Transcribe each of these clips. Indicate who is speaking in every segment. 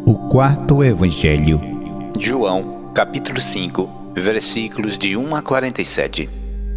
Speaker 1: O quarto Evangelho.
Speaker 2: João, capítulo 5, versículos de 1 a 47.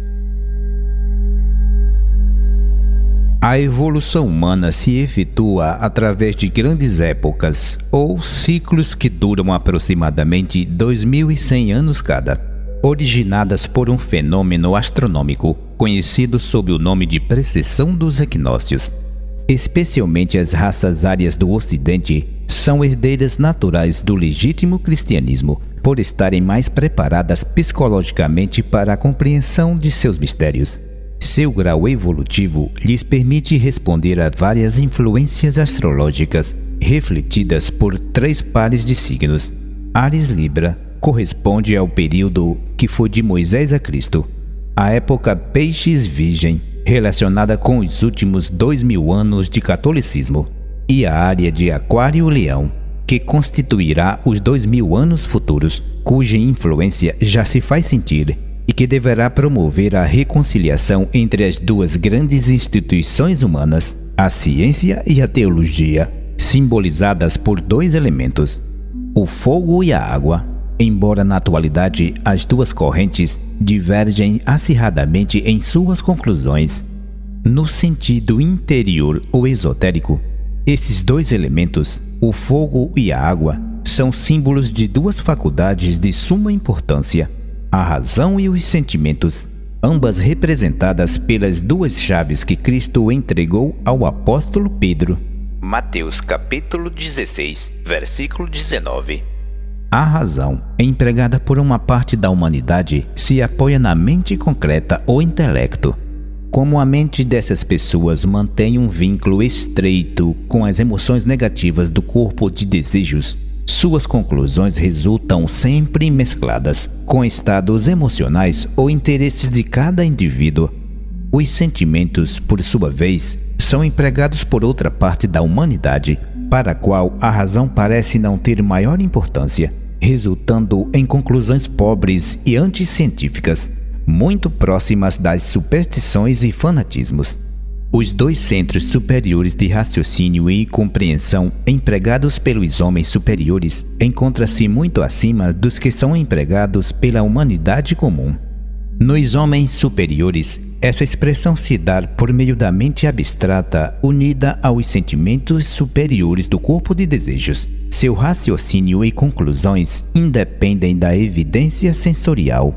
Speaker 1: A evolução humana se efetua através de grandes épocas, ou ciclos que duram aproximadamente 2100 anos cada, originadas por um fenômeno astronômico conhecido sob o nome de precessão dos equinócios. Especialmente as raças árias do Ocidente são herdeiras naturais do legítimo cristianismo, por estarem mais preparadas psicologicamente para a compreensão de seus mistérios. Seu grau evolutivo lhes permite responder a várias influências astrológicas, refletidas por 3 pares de signos. Áries Libra corresponde ao período que foi de Moisés a Cristo. A época Peixes Virgem, relacionada com os últimos 2000 anos de catolicismo. E a área de Aquário-Leão, que constituirá os 2000 anos futuros, cuja influência já se faz sentir e que deverá promover a reconciliação entre as duas grandes instituições humanas, a ciência e a teologia, simbolizadas por 2 elementos, o fogo e a água. Embora na atualidade as duas correntes divergem acirradamente em suas conclusões, no sentido interior ou esotérico, esses 2 elementos, o fogo e a água, são símbolos de 2 faculdades de suma importância, a razão e os sentimentos, ambas representadas pelas 2 chaves que Cristo entregou ao apóstolo Pedro.
Speaker 2: Mateus capítulo 16, versículo 19.
Speaker 1: A razão, empregada por uma parte da humanidade, se apoia na mente concreta ou intelecto. Como a mente dessas pessoas mantém um vínculo estreito com as emoções negativas do corpo de desejos, suas conclusões resultam sempre mescladas com estados emocionais ou interesses de cada indivíduo. Os sentimentos, por sua vez, são empregados por outra parte da humanidade, para a qual a razão parece não ter maior importância, resultando em conclusões pobres e anticientíficas, muito próximas das superstições e fanatismos. Os 2 centros superiores de raciocínio e compreensão empregados pelos homens superiores encontram-se muito acima dos que são empregados pela humanidade comum. Nos homens superiores, essa expressão se dá por meio da mente abstrata unida aos sentimentos superiores do corpo de desejos. Seu raciocínio e conclusões independem da evidência sensorial.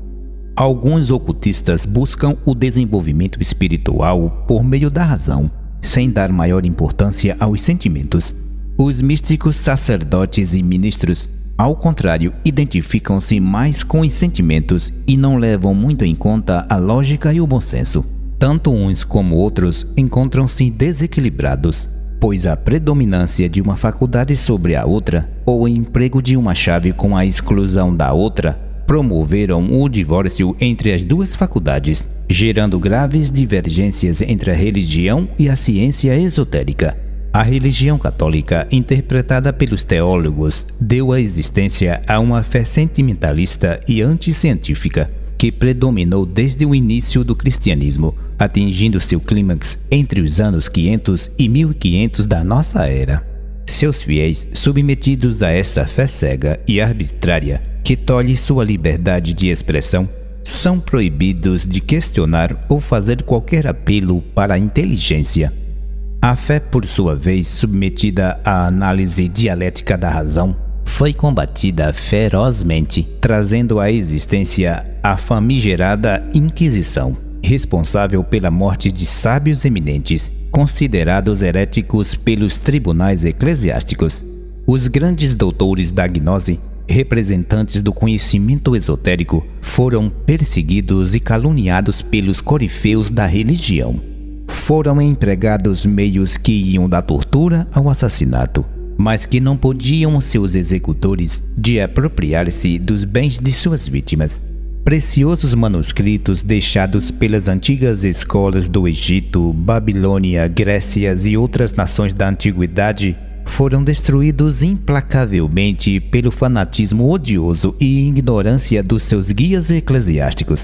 Speaker 1: Alguns ocultistas buscam o desenvolvimento espiritual por meio da razão, sem dar maior importância aos sentimentos. Os místicos, sacerdotes e ministros, ao contrário, identificam-se mais com os sentimentos e não levam muito em conta a lógica e o bom senso. Tanto uns como outros encontram-se desequilibrados, pois a predominância de uma faculdade sobre a outra, ou o emprego de uma chave com a exclusão da outra, promoveram o divórcio entre as 2 faculdades, gerando graves divergências entre a religião e a ciência esotérica. A religião católica, interpretada pelos teólogos, deu a existência a uma fé sentimentalista e anticientífica, que predominou desde o início do cristianismo, atingindo seu clímax entre os anos 500 e 1500 da nossa era. Seus fiéis, submetidos a essa fé cega e arbitrária, que tolhe sua liberdade de expressão, são proibidos de questionar ou fazer qualquer apelo para a inteligência. A fé, por sua vez, submetida à análise dialética da razão, foi combatida ferozmente, trazendo à existência a famigerada Inquisição, responsável pela morte de sábios eminentes, considerados heréticos pelos tribunais eclesiásticos. Os grandes doutores da gnose, representantes do conhecimento esotérico, foram perseguidos e caluniados pelos corifeus da religião. Foram empregados meios que iam da tortura ao assassinato, mas que não podiam seus executores de apropriar-se dos bens de suas vítimas. Preciosos manuscritos deixados pelas antigas escolas do Egito, Babilônia, Grécia e outras nações da antiguidade foram destruídos implacavelmente pelo fanatismo odioso e ignorância dos seus guias eclesiásticos.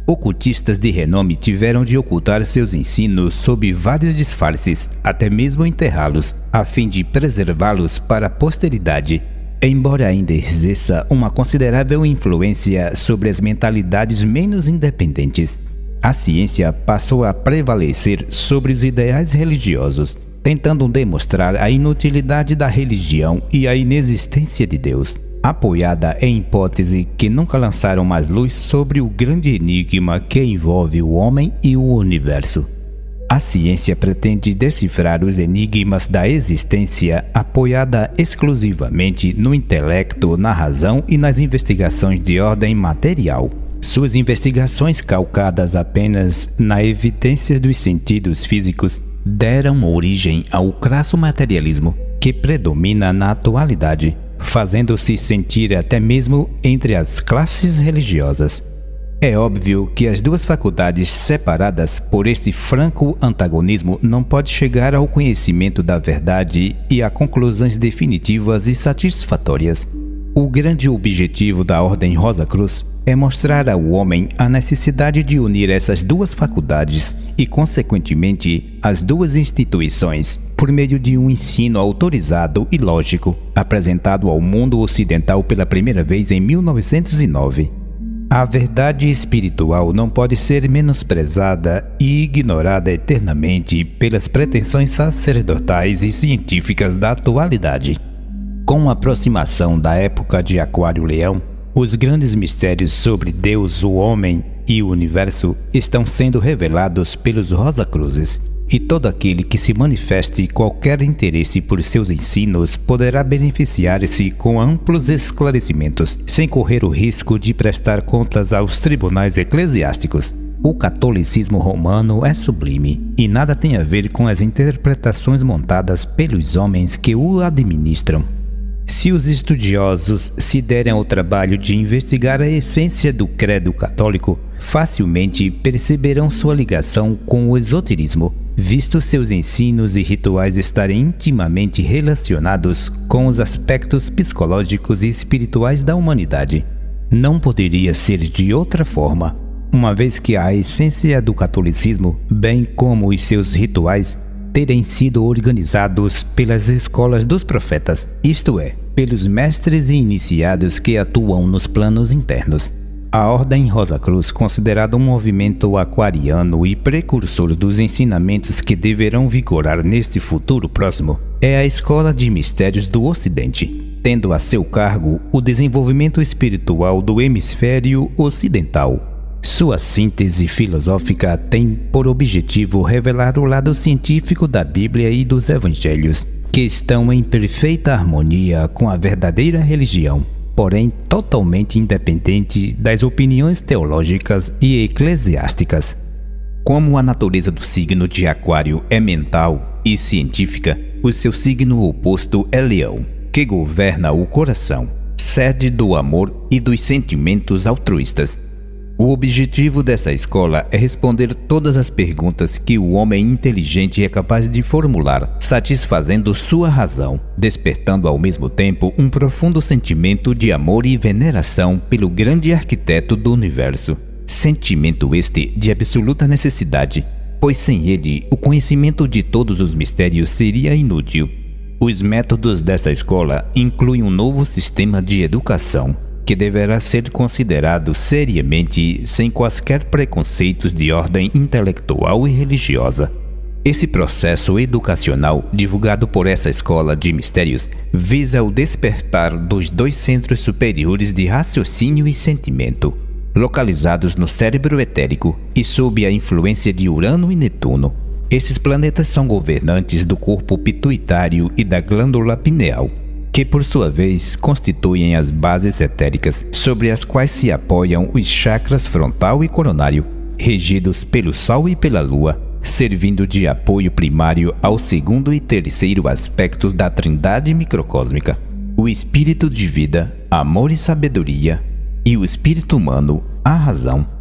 Speaker 1: Ocultistas de renome tiveram de ocultar seus ensinos sob vários disfarces, até mesmo enterrá-los, a fim de preservá-los para a posteridade. Embora ainda exerça uma considerável influência sobre as mentalidades menos independentes, a ciência passou a prevalecer sobre os ideais religiosos, tentando demonstrar a inutilidade da religião e a inexistência de Deus, apoiada em hipóteses que nunca lançaram mais luz sobre o grande enigma que envolve o homem e o universo. A ciência pretende decifrar os enigmas da existência apoiada exclusivamente no intelecto, na razão e nas investigações de ordem material. Suas investigações, calcadas apenas na evidência dos sentidos físicos, deram origem ao crasso materialismo que predomina na atualidade, fazendo-se sentir até mesmo entre as classes religiosas. É óbvio que as duas faculdades separadas por este franco antagonismo não podem chegar ao conhecimento da verdade e a conclusões definitivas e satisfatórias. O grande objetivo da Ordem Rosa-Cruz é mostrar ao homem a necessidade de unir essas duas faculdades e, consequentemente, as duas instituições, por meio de um ensino autorizado e lógico, apresentado ao mundo ocidental pela primeira vez em 1909. A verdade espiritual não pode ser menosprezada e ignorada eternamente pelas pretensões sacerdotais e científicas da atualidade. Com a aproximação da época de Aquário-Leão, os grandes mistérios sobre Deus, o homem e o universo estão sendo revelados pelos Rosa-Cruzes, e todo aquele que se manifeste qualquer interesse por seus ensinos poderá beneficiar-se com amplos esclarecimentos, sem correr o risco de prestar contas aos tribunais eclesiásticos. O catolicismo romano é sublime e nada tem a ver com as interpretações montadas pelos homens que o administram. Se os estudiosos se derem ao trabalho de investigar a essência do credo católico, facilmente perceberão sua ligação com o esoterismo, visto seus ensinos e rituais estarem intimamente relacionados com os aspectos psicológicos e espirituais da humanidade. Não poderia ser de outra forma, uma vez que a essência do catolicismo, bem como os seus rituais, terem sido organizados pelas escolas dos profetas, isto é, pelos mestres e iniciados que atuam nos planos internos. A Ordem Rosa-Cruz, considerada um movimento aquariano e precursor dos ensinamentos que deverão vigorar neste futuro próximo, é a escola de mistérios do Ocidente, tendo a seu cargo o desenvolvimento espiritual do hemisfério ocidental. Sua síntese filosófica tem por objetivo revelar o lado científico da Bíblia e dos Evangelhos, que estão em perfeita harmonia com a verdadeira religião, porém totalmente independente das opiniões teológicas e eclesiásticas. Como a natureza do signo de Aquário é mental e científica, o seu signo oposto é Leão, que governa o coração, sede do amor e dos sentimentos altruístas. O objetivo dessa escola é responder todas as perguntas que o homem inteligente é capaz de formular, satisfazendo sua razão, despertando ao mesmo tempo um profundo sentimento de amor e veneração pelo grande arquiteto do universo. Sentimento este de absoluta necessidade, pois sem ele o conhecimento de todos os mistérios seria inútil. Os métodos dessa escola incluem um novo sistema de educação, que deverá ser considerado seriamente sem quaisquer preconceitos de ordem intelectual e religiosa. Esse processo educacional, divulgado por essa escola de mistérios, visa o despertar dos dois centros superiores de raciocínio e sentimento, localizados no cérebro etérico e sob a influência de Urano e Netuno. Esses planetas são governantes do corpo pituitário e da glândula pineal, que por sua vez constituem as bases etéricas sobre as quais se apoiam os chakras frontal e coronário, regidos pelo Sol e pela Lua, servindo de apoio primário ao segundo e terceiro aspectos da trindade microcósmica: o espírito de vida, amor e sabedoria, e o espírito humano, a razão.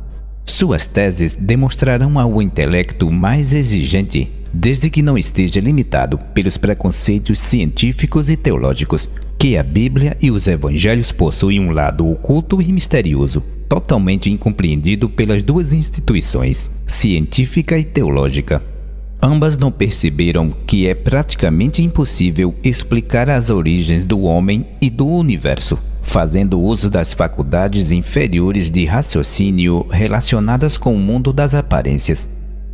Speaker 1: Suas teses demonstrarão ao intelecto mais exigente, desde que não esteja limitado pelos preconceitos científicos e teológicos, que a Bíblia e os Evangelhos possuem um lado oculto e misterioso, totalmente incompreendido pelas duas instituições, científica e teológica. Ambas não perceberam que é praticamente impossível explicar as origens do homem e do universo, fazendo uso das faculdades inferiores de raciocínio relacionadas com o mundo das aparências.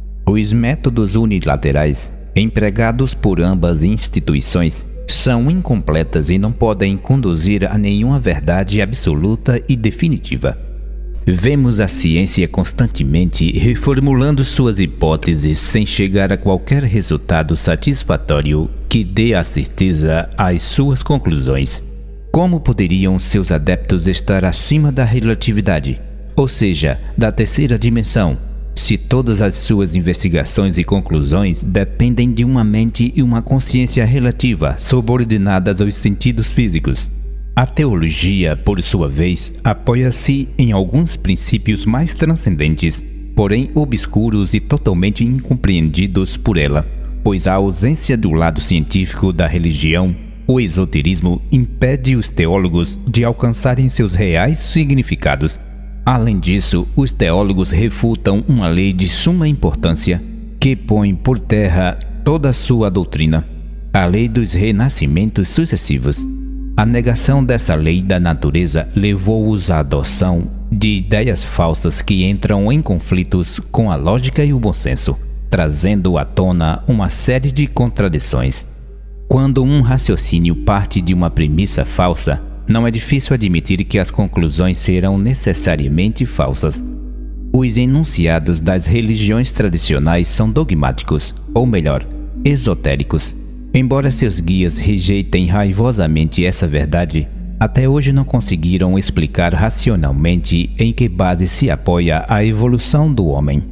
Speaker 1: Os métodos unilaterais, empregados por ambas instituições, são incompletas e não podem conduzir a nenhuma verdade absoluta e definitiva. Vemos a ciência constantemente reformulando suas hipóteses sem chegar a qualquer resultado satisfatório que dê a certeza às suas conclusões. Como poderiam seus adeptos estar acima da relatividade, ou seja, da terceira dimensão, se todas as suas investigações e conclusões dependem de uma mente e uma consciência relativa subordinadas aos sentidos físicos? A teologia, por sua vez, apoia-se em alguns princípios mais transcendentes, porém obscuros e totalmente incompreendidos por ela, pois a ausência do lado científico da religião, o esoterismo, impede os teólogos de alcançarem seus reais significados. Além disso, os teólogos refutam uma lei de suma importância que põe por terra toda a sua doutrina, a lei dos renascimentos sucessivos. A negação dessa lei da natureza levou-os à adoção de ideias falsas que entram em conflitos com a lógica e o bom senso, trazendo à tona uma série de contradições. Quando um raciocínio parte de uma premissa falsa, não é difícil admitir que as conclusões serão necessariamente falsas. Os enunciados das religiões tradicionais são dogmáticos, ou melhor, esotéricos. Embora seus guias rejeitem raivosamente essa verdade, até hoje não conseguiram explicar racionalmente em que base se apoia a evolução do homem.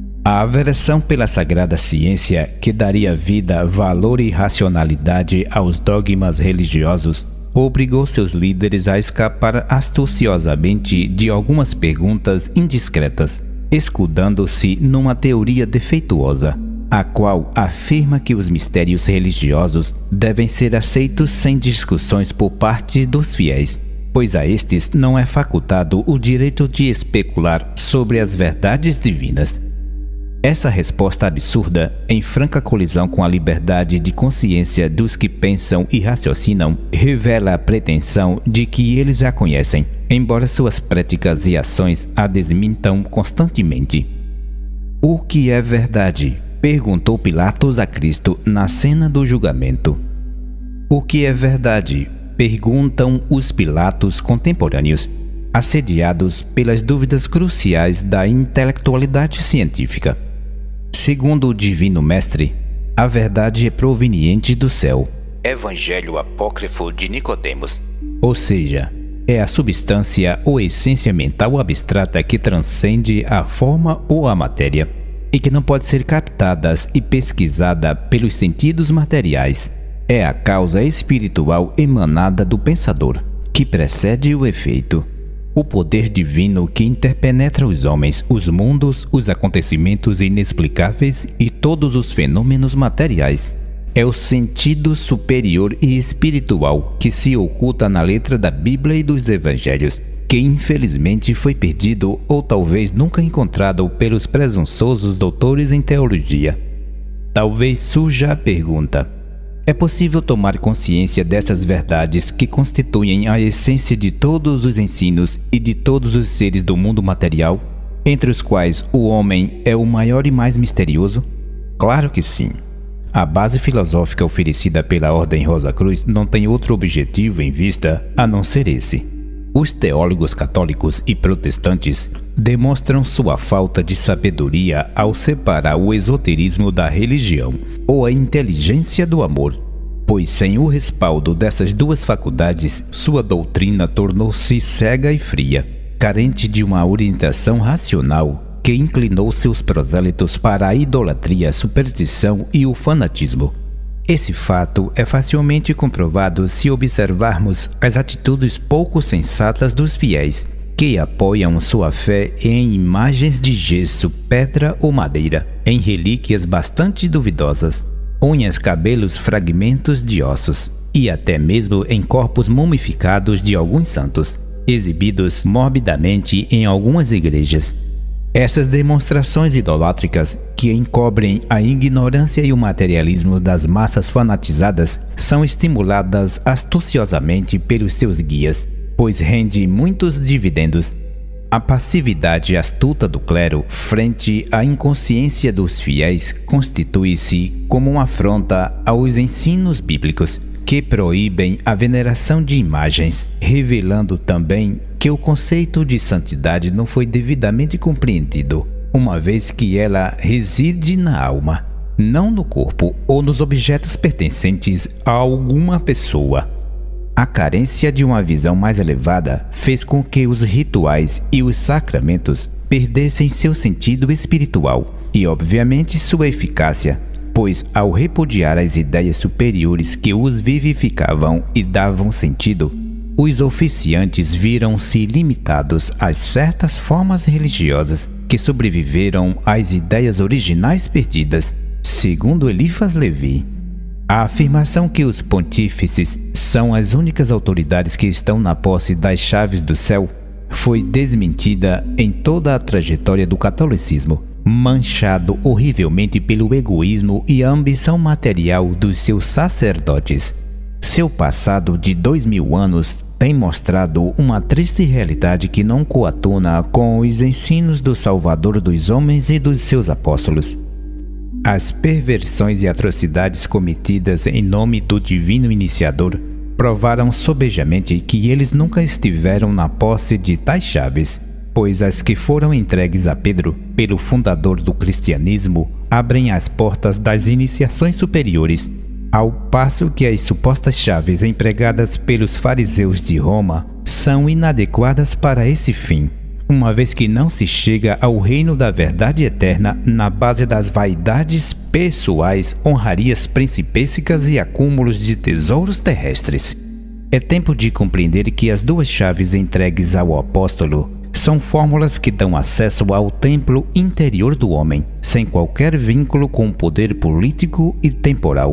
Speaker 1: A aversão pela sagrada ciência, que daria vida, valor e racionalidade aos dogmas religiosos, obrigou seus líderes a escapar astuciosamente de algumas perguntas indiscretas, escudando-se numa teoria defeituosa, a qual afirma que os mistérios religiosos devem ser aceitos sem discussões por parte dos fiéis, pois a estes não é facultado o direito de especular sobre as verdades divinas. Essa resposta absurda, em franca colisão com a liberdade de consciência dos que pensam e raciocinam, revela a pretensão de que eles a conhecem, embora suas práticas e ações a desmintam constantemente. O que é verdade? Perguntou Pilatos a Cristo na cena do julgamento. O que é verdade? Perguntam os Pilatos contemporâneos, assediados pelas dúvidas cruciais da intelectualidade científica. Segundo o Divino Mestre, a verdade é proveniente do céu. Evangelho Apócrifo de Nicodemos. Ou seja, é a substância ou essência mental abstrata que transcende a forma ou a matéria, e que não pode ser captada e pesquisada pelos sentidos materiais. É a causa espiritual emanada do pensador, que precede o efeito. O poder divino que interpenetra os homens, os mundos, os acontecimentos inexplicáveis e todos os fenômenos materiais. É o sentido superior e espiritual que se oculta na letra da Bíblia e dos Evangelhos, que infelizmente foi perdido ou talvez nunca encontrado pelos presunçosos doutores em teologia. Talvez surja a pergunta: é possível tomar consciência dessas verdades que constituem a essência de todos os ensinos e de todos os seres do mundo material, entre os quais o homem é o maior e mais misterioso? Claro que sim. A base filosófica oferecida pela Ordem Rosa Cruz não tem outro objetivo em vista a não ser esse. Os teólogos católicos e protestantes demonstram sua falta de sabedoria ao separar o esoterismo da religião ou a inteligência do amor, pois sem o respaldo dessas duas faculdades, sua doutrina tornou-se cega e fria, carente de uma orientação racional que inclinou seus prosélitos para a idolatria, a superstição e o fanatismo. Esse fato é facilmente comprovado se observarmos as atitudes pouco sensatas dos fiéis, que apoiam sua fé em imagens de gesso, pedra ou madeira, em relíquias bastante duvidosas, unhas, cabelos, fragmentos de ossos e até mesmo em corpos mumificados de alguns santos, exibidos morbidamente em algumas igrejas. Essas demonstrações idolátricas, que encobrem a ignorância e o materialismo das massas fanatizadas, são estimuladas astuciosamente pelos seus guias, pois rende muitos dividendos. A passividade astuta do clero frente à inconsciência dos fiéis constitui-se como uma afronta aos ensinos bíblicos, que proíbem a veneração de imagens, revelando também que o conceito de santidade não foi devidamente compreendido, uma vez que ela reside na alma, não no corpo ou nos objetos pertencentes a alguma pessoa. A carência de uma visão mais elevada fez com que os rituais e os sacramentos perdessem seu sentido espiritual e, obviamente, sua eficácia, pois, ao repudiar as ideias superiores que os vivificavam e davam sentido, os oficiantes viram-se limitados a certas formas religiosas que sobreviveram às ideias originais perdidas, segundo Eliphas Levi. A afirmação que os pontífices são as únicas autoridades que estão na posse das chaves do céu foi desmentida em toda a trajetória do catolicismo, manchado horrivelmente pelo egoísmo e a ambição material dos seus sacerdotes. Seu passado de 2000 anos tem mostrado uma triste realidade que não coaduna com os ensinos do Salvador dos homens e dos seus apóstolos. As perversões e atrocidades cometidas em nome do Divino Iniciador provaram sobejamente que eles nunca estiveram na posse de tais chaves, pois as que foram entregues a Pedro pelo fundador do cristianismo abrem as portas das iniciações superiores, ao passo que as supostas chaves empregadas pelos fariseus de Roma são inadequadas para esse fim, uma vez que não se chega ao reino da verdade eterna na base das vaidades pessoais, honrarias principescas e acúmulos de tesouros terrestres. É tempo de compreender que as duas chaves entregues ao apóstolo são fórmulas que dão acesso ao templo interior do homem, sem qualquer vínculo com o poder político e temporal.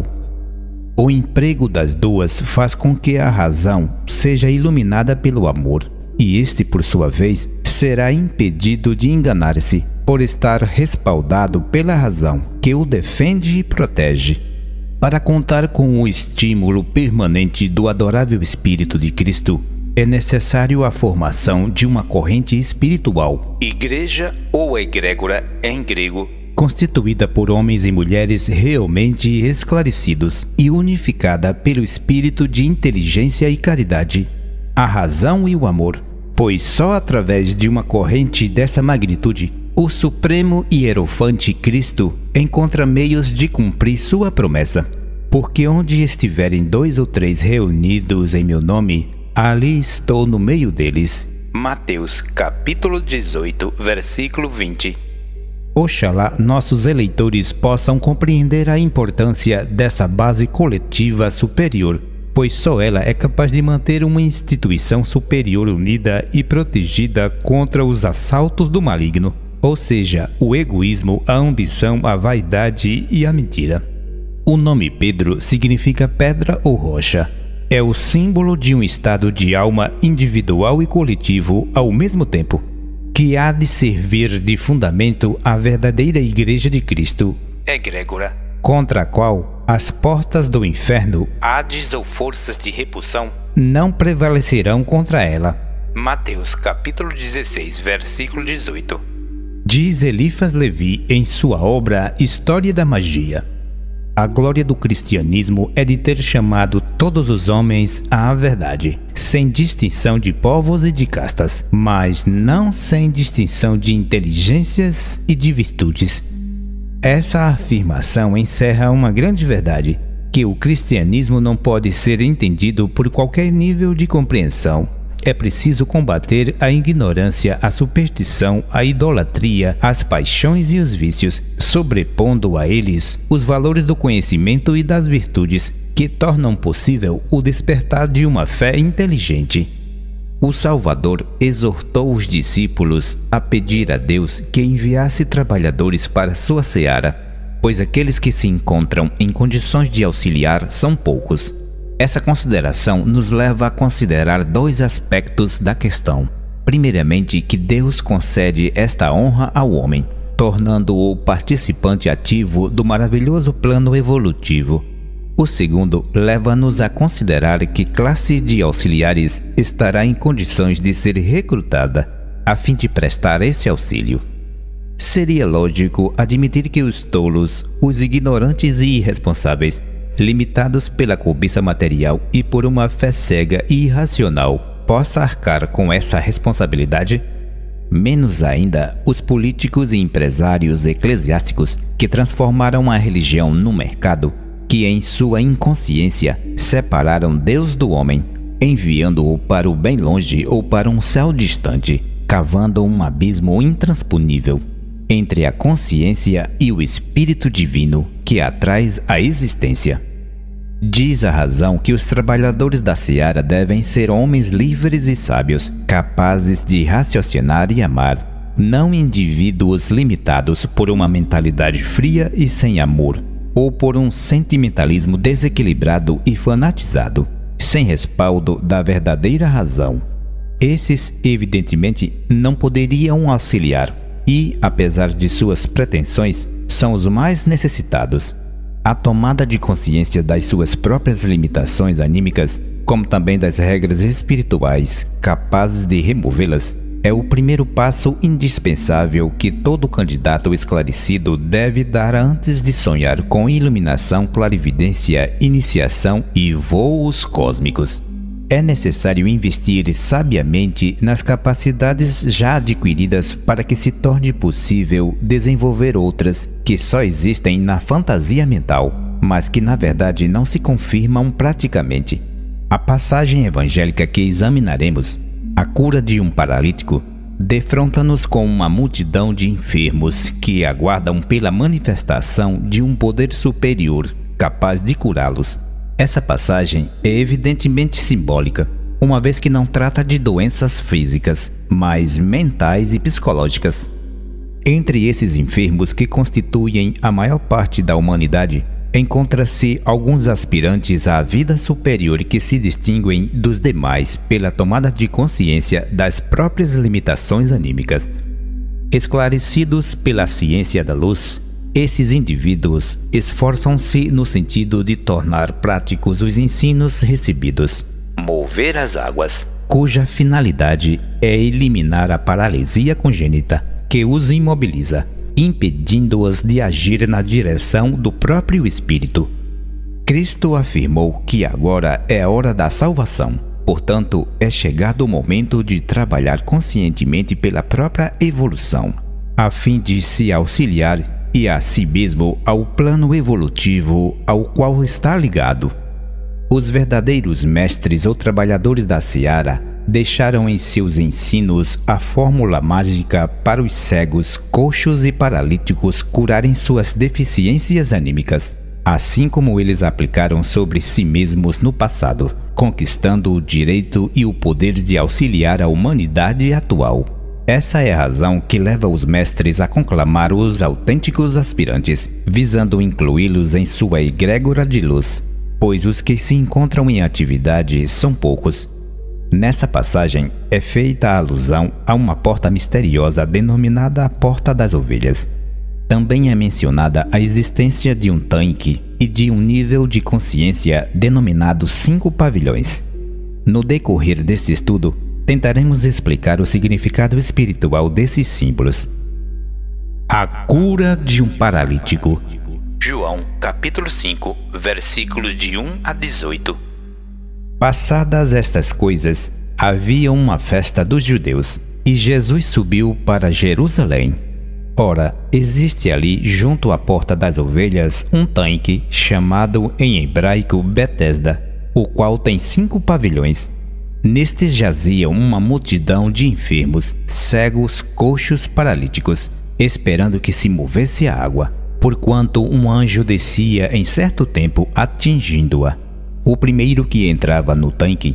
Speaker 1: O emprego das duas faz com que a razão seja iluminada pelo amor, e este, por sua vez, será impedido de enganar-se por estar respaldado pela razão que o defende e protege. Para contar com o estímulo permanente do adorável Espírito de Cristo, é necessário a formação de uma corrente espiritual, igreja ou egrégora em grego, constituída por homens e mulheres realmente esclarecidos e unificada pelo espírito de inteligência e caridade, a razão e o amor, pois só através de uma corrente dessa magnitude, o Supremo Hierofante Cristo encontra meios de cumprir sua promessa. Porque onde estiverem 2 ou 3 reunidos em meu nome, ali estou no meio deles. Mateus capítulo 18, versículo 20. Oxalá nossos eleitores possam compreender a importância dessa base coletiva superior, pois só ela é capaz de manter uma instituição superior unida e protegida contra os assaltos do maligno, ou seja, o egoísmo, a ambição, a vaidade e a mentira. O nome Pedro significa pedra ou rocha. É o símbolo de um estado de alma individual e coletivo ao mesmo tempo, que há de servir de fundamento à verdadeira Igreja de Cristo, egrégora, contra a qual as portas do inferno, Hades ou forças de repulsão, não prevalecerão contra ela. Mateus capítulo 16, versículo 18. Diz Eliphas Levi em sua obra História da Magia: a glória do cristianismo é de ter chamado todos os homens à verdade, sem distinção de povos e de castas, mas não sem distinção de inteligências e de virtudes. Essa afirmação encerra uma grande verdade, que o cristianismo não pode ser entendido por qualquer nível de compreensão. É preciso combater a ignorância, a superstição, a idolatria, as paixões e os vícios, sobrepondo a eles os valores do conhecimento e das virtudes, que tornam possível o despertar de uma fé inteligente. O Salvador exortou os discípulos a pedir a Deus que enviasse trabalhadores para sua seara, pois aqueles que se encontram em condições de auxiliar são poucos. Essa consideração nos leva a considerar dois aspectos da questão. Primeiramente, que Deus concede esta honra ao homem, tornando-o participante ativo do maravilhoso plano evolutivo. O segundo leva-nos a considerar que classe de auxiliares estará em condições de ser recrutada a fim de prestar esse auxílio. Seria lógico admitir que os tolos, os ignorantes e irresponsáveis, limitados pela cobiça material e por uma fé cega e irracional, possa arcar com essa responsabilidade? Menos ainda os políticos e empresários eclesiásticos que transformaram a religião no mercado, que em sua inconsciência separaram Deus do homem, enviando-o para o bem longe ou para um céu distante, cavando um abismo intransponível entre a consciência e o Espírito Divino que a traz à existência. Diz a razão que os trabalhadores da seara devem ser homens livres e sábios, capazes de raciocinar e amar, não indivíduos limitados por uma mentalidade fria e sem amor, ou por um sentimentalismo desequilibrado e fanatizado, sem respaldo da verdadeira razão. Esses, evidentemente, não poderiam auxiliar e, apesar de suas pretensões, são os mais necessitados. A tomada de consciência das suas próprias limitações anímicas, como também das regras espirituais capazes de removê-las, é o primeiro passo indispensável que todo candidato esclarecido deve dar antes de sonhar com iluminação, clarividência, iniciação e voos cósmicos. É necessário investir sabiamente nas capacidades já adquiridas para que se torne possível desenvolver outras que só existem na fantasia mental, mas que na verdade não se confirmam praticamente. A passagem evangélica que examinaremos, a cura de um paralítico, defronta-nos com uma multidão de enfermos que aguardam pela manifestação de um poder superior capaz de curá-los. Essa passagem é evidentemente simbólica, uma vez que não trata de doenças físicas, mas mentais e psicológicas. Entre esses enfermos que constituem a maior parte da humanidade, encontra-se alguns aspirantes à vida superior que se distinguem dos demais pela tomada de consciência das próprias limitações anímicas. Esclarecidos pela ciência da luz, esses indivíduos esforçam-se no sentido de tornar práticos os ensinos recebidos. Mover as águas, cuja finalidade é eliminar a paralisia congênita que os imobiliza, impedindo-os de agir na direção do próprio Espírito. Cristo afirmou que agora é a hora da salvação, portanto, é chegado o momento de trabalhar conscientemente pela própria evolução, a fim de se auxiliar e a si mesmo ao plano evolutivo ao qual está ligado. Os verdadeiros mestres ou trabalhadores da seara deixaram em seus ensinos a fórmula mágica para os cegos, coxos e paralíticos curarem suas deficiências anímicas, assim como eles aplicaram sobre si mesmos no passado, conquistando o direito e o poder de auxiliar a humanidade atual. Essa é a razão que leva os mestres a conclamar os autênticos aspirantes, visando incluí-los em sua egrégora de luz, pois os que se encontram em atividade são poucos. Nessa passagem é feita a alusão a uma porta misteriosa denominada a Porta das Ovelhas. Também é mencionada a existência de um tanque e de um nível de consciência denominado 5 pavilhões. No decorrer deste estudo, tentaremos explicar o significado espiritual desses símbolos. A cura de um paralítico.
Speaker 2: João, capítulo 5, versículos de 1 a 18.
Speaker 1: Passadas estas coisas, havia uma festa dos judeus, e Jesus subiu para Jerusalém. Ora, existe ali, junto à Porta das Ovelhas, um tanque, chamado em hebraico Betesda, o qual tem 5 pavilhões. Nestes jazia uma multidão de enfermos, cegos, coxos, paralíticos, esperando que se movesse a água, porquanto um anjo descia em certo tempo atingindo-a. O primeiro que entrava no tanque,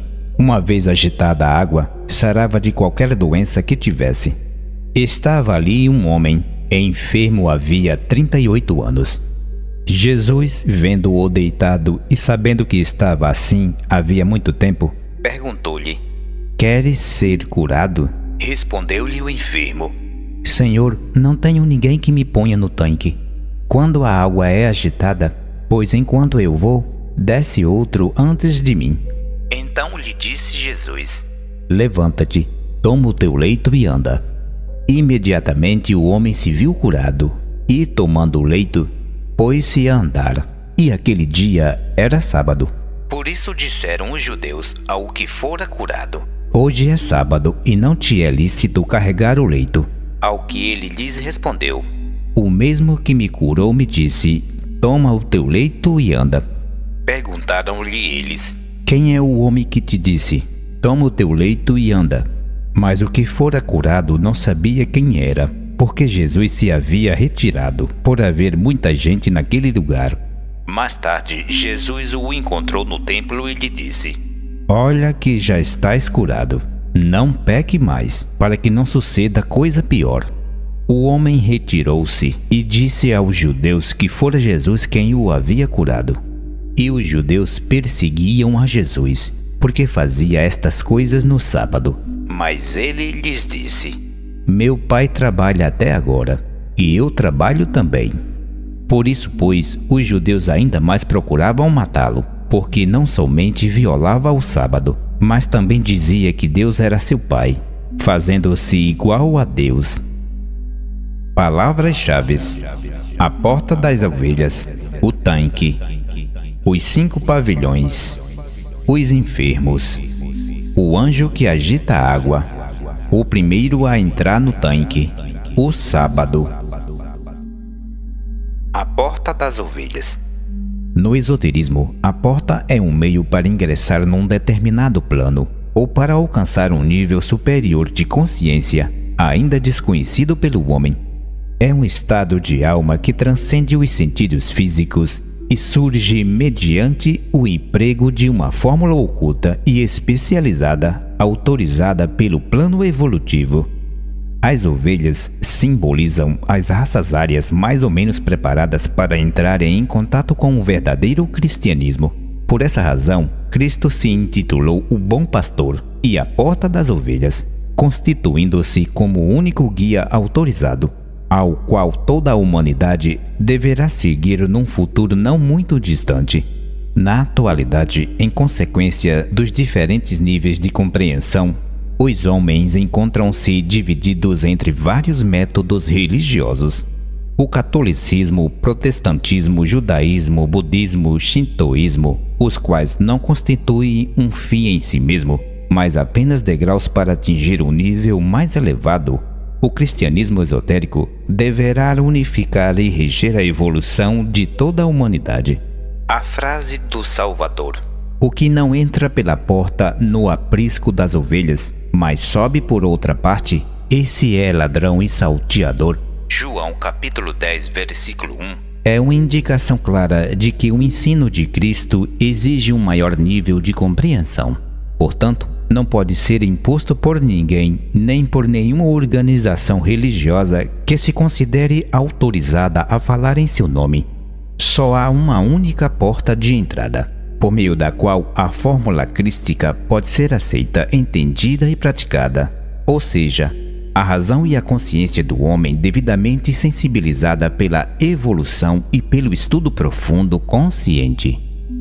Speaker 1: Uma vez agitada a água, sarava de qualquer doença que tivesse. Estava ali um homem, enfermo havia 38 anos. Jesus, vendo-o deitado e sabendo que estava assim havia muito tempo,
Speaker 2: perguntou-lhe:
Speaker 1: Queres ser curado?
Speaker 2: Respondeu-lhe o enfermo:
Speaker 1: Senhor, não tenho ninguém que me ponha no tanque quando a água é agitada, pois enquanto eu vou, desce outro antes de mim.
Speaker 2: Então lhe disse Jesus:
Speaker 1: Levanta-te, toma o teu leito e anda. Imediatamente o homem se viu curado e, tomando o leito, pôs-se a andar. E aquele dia era sábado.
Speaker 2: Por isso disseram os judeus ao que fora curado:
Speaker 1: Hoje é sábado e não te é lícito carregar o leito.
Speaker 2: Ao que ele lhes respondeu:
Speaker 1: O mesmo que me curou me disse: Toma o teu leito e anda.
Speaker 2: Perguntaram-lhe eles:
Speaker 1: Quem é o homem que te disse: Toma o teu leito e anda? Mas o que fora curado não sabia quem era, porque Jesus se havia retirado, por haver muita gente naquele lugar.
Speaker 2: Mais tarde, Jesus o encontrou no templo e lhe disse:
Speaker 1: Olha que já estás curado. Não peque mais, para que não suceda coisa pior. O homem retirou-se e disse aos judeus que fora Jesus quem o havia curado. E os judeus perseguiam a Jesus, porque fazia estas coisas no sábado.
Speaker 2: Mas ele lhes disse:
Speaker 1: Meu pai trabalha até agora, e eu trabalho também. Por isso, pois, os judeus ainda mais procuravam matá-lo, porque não somente violava o sábado, mas também dizia que Deus era seu pai, fazendo-se igual a Deus. Palavras-chave: a porta das ovelhas, o tanque, os 5 pavilhões, os enfermos, o anjo que agita a água, o primeiro a entrar no tanque, o sábado.
Speaker 2: A porta das ovelhas.
Speaker 1: No esoterismo, a porta é um meio para ingressar num determinado plano ou para alcançar um nível superior de consciência, ainda desconhecido pelo homem. É um estado de alma que transcende os sentidos físicos e surge mediante o emprego de uma fórmula oculta e especializada, autorizada pelo plano evolutivo. As ovelhas simbolizam as raças árias mais ou menos preparadas para entrarem em contato com o verdadeiro cristianismo. Por essa razão, Cristo se intitulou o Bom Pastor e a Porta das Ovelhas, constituindo-se como o único guia autorizado, ao qual toda a humanidade deverá seguir num futuro não muito distante. Na atualidade, em consequência dos diferentes níveis de compreensão, os homens encontram-se divididos entre vários métodos religiosos. O catolicismo, o protestantismo, o judaísmo, o budismo, o shintoísmo, os quais não constituem um fim em si mesmo, mas apenas degraus para atingir um nível mais elevado. O cristianismo esotérico deverá unificar e reger a evolução de toda a humanidade.
Speaker 2: A frase do Salvador:
Speaker 1: O que não entra pela porta no aprisco das ovelhas, mas sobe por outra parte, esse é ladrão e salteador.
Speaker 2: João capítulo 10, versículo 1.
Speaker 1: É uma indicação clara de que o ensino de Cristo exige um maior nível de compreensão. Portanto, não pode ser imposto por ninguém, nem por nenhuma organização religiosa que se considere autorizada a falar em seu nome. Só há uma única porta de entrada, por meio da qual a fórmula crística pode ser aceita, entendida e praticada, ou seja, a razão e a consciência do homem devidamente sensibilizada pela evolução e pelo estudo profundo consciente.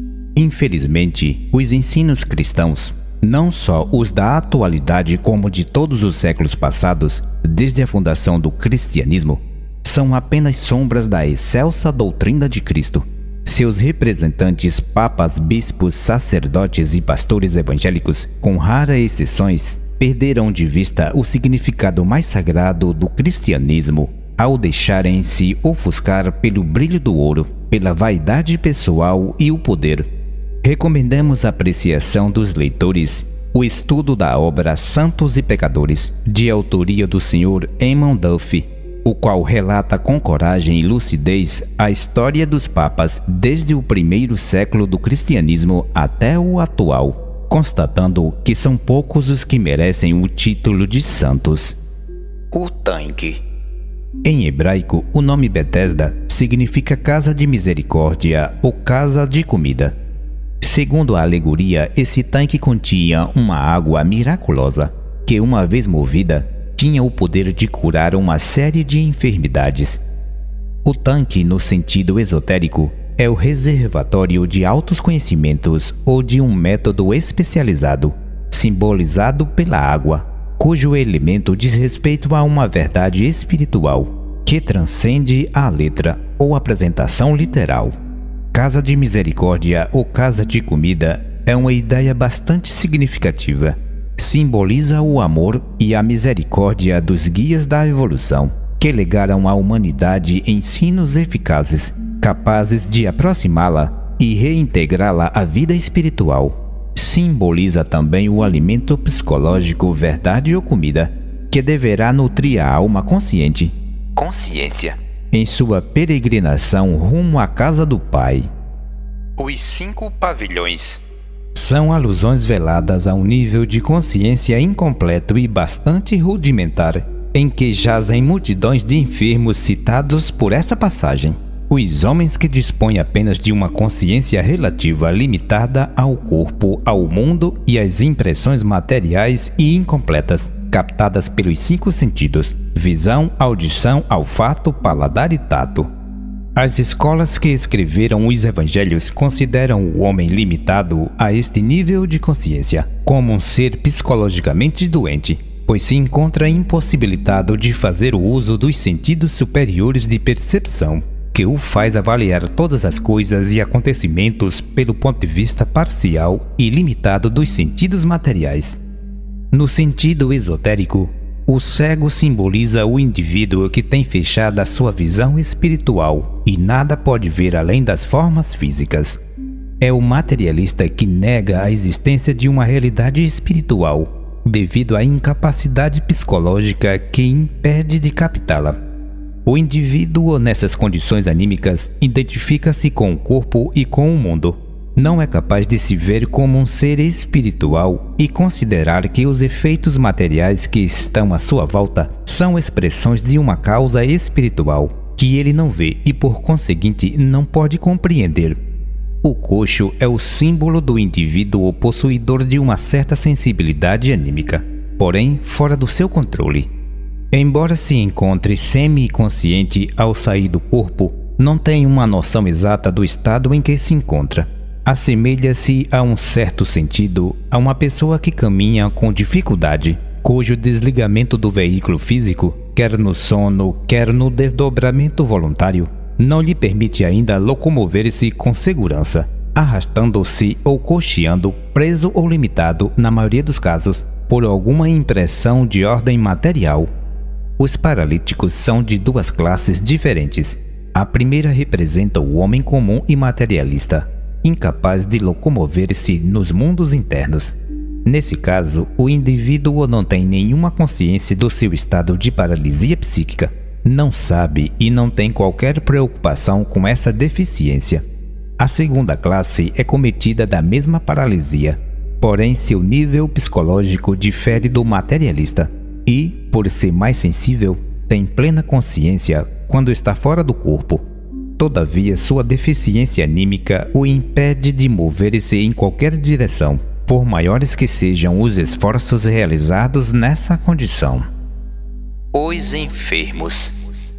Speaker 1: Infelizmente, os ensinos cristãos, não só os da atualidade como de todos os séculos passados, desde a fundação do cristianismo, são apenas sombras da excelsa doutrina de Cristo. Seus representantes, papas, bispos, sacerdotes e pastores evangélicos, com raras exceções, perderam de vista o significado mais sagrado do cristianismo ao deixarem-se ofuscar pelo brilho do ouro, pela vaidade pessoal e o poder. Recomendamos a apreciação dos leitores o estudo da obra Santos e Pecadores, de autoria do Sr. Eamon Duffy, o qual relata com coragem e lucidez a história dos papas desde o primeiro século do cristianismo até o atual. constatando que são poucos os que merecem o título de santos.
Speaker 2: O tanque.
Speaker 1: Em hebraico, o nome Betesda significa casa de misericórdia ou casa de comida. Segundo a alegoria, esse tanque continha uma água miraculosa que, uma vez movida, tinha o poder de curar uma série de enfermidades. O tanque, no sentido esotérico, é o reservatório de altos conhecimentos ou de um método especializado, simbolizado pela água, cujo elemento diz respeito a uma verdade espiritual que transcende a letra ou apresentação literal. Casa de misericórdia ou casa de comida é uma ideia bastante significativa. Simboliza o amor e a misericórdia dos guias da evolução, que legaram à humanidade ensinos eficazes, capazes de aproximá-la e reintegrá-la à vida espiritual. Simboliza também o alimento psicológico, verdade ou comida, que deverá nutrir a alma consciente, consciência, em sua peregrinação rumo à casa do Pai.
Speaker 2: Os 5 pavilhões.
Speaker 1: São alusões veladas a um nível de consciência incompleto e bastante rudimentar, em que jazem multidões de enfermos citados por essa passagem. Os homens que dispõem apenas de uma consciência relativa limitada ao corpo, ao mundo e às impressões materiais e incompletas, captadas pelos 5 sentidos: visão, audição, olfato, paladar e tato. As escolas que escreveram os evangelhos consideram o homem limitado a este nível de consciência como um ser psicologicamente doente, pois se encontra impossibilitado de fazer o uso dos sentidos superiores de percepção, que o faz avaliar todas as coisas e acontecimentos pelo ponto de vista parcial e limitado dos sentidos materiais. No sentido esotérico, o cego simboliza o indivíduo que tem fechada a sua visão espiritual e nada pode ver além das formas físicas. É o materialista que nega a existência de uma realidade espiritual, devido à incapacidade psicológica que impede de captá-la. O indivíduo, nessas condições anímicas, identifica-se com o corpo e com o mundo. Não é capaz de se ver como um ser espiritual e considerar que os efeitos materiais que estão à sua volta são expressões de uma causa espiritual que ele não vê e, por conseguinte, não pode compreender. O coxo é o símbolo do indivíduo possuidor de uma certa sensibilidade anímica, porém fora do seu controle. Embora se encontre semi-consciente ao sair do corpo, não tem uma noção exata do estado em que se encontra. Assemelha-se, a um certo sentido, a uma pessoa que caminha com dificuldade, cujo desligamento do veículo físico, quer no sono, quer no desdobramento voluntário, não lhe permite ainda locomover-se com segurança, arrastando-se ou cocheando, preso ou limitado, na maioria dos casos, por alguma impressão de ordem material. Os paralíticos são de 2 classes diferentes. A primeira representa o homem comum e materialista, incapaz de locomover-se nos mundos internos. Nesse caso, o indivíduo não tem nenhuma consciência do seu estado de paralisia psíquica, não sabe e não tem qualquer preocupação com essa deficiência. A segunda classe é cometida da mesma paralisia, porém seu nível psicológico difere do materialista e, por ser mais sensível, tem plena consciência quando está fora do corpo. Todavia, sua deficiência anímica o impede de mover-se em qualquer direção, por maiores que sejam os esforços realizados nessa condição.
Speaker 2: Os enfermos.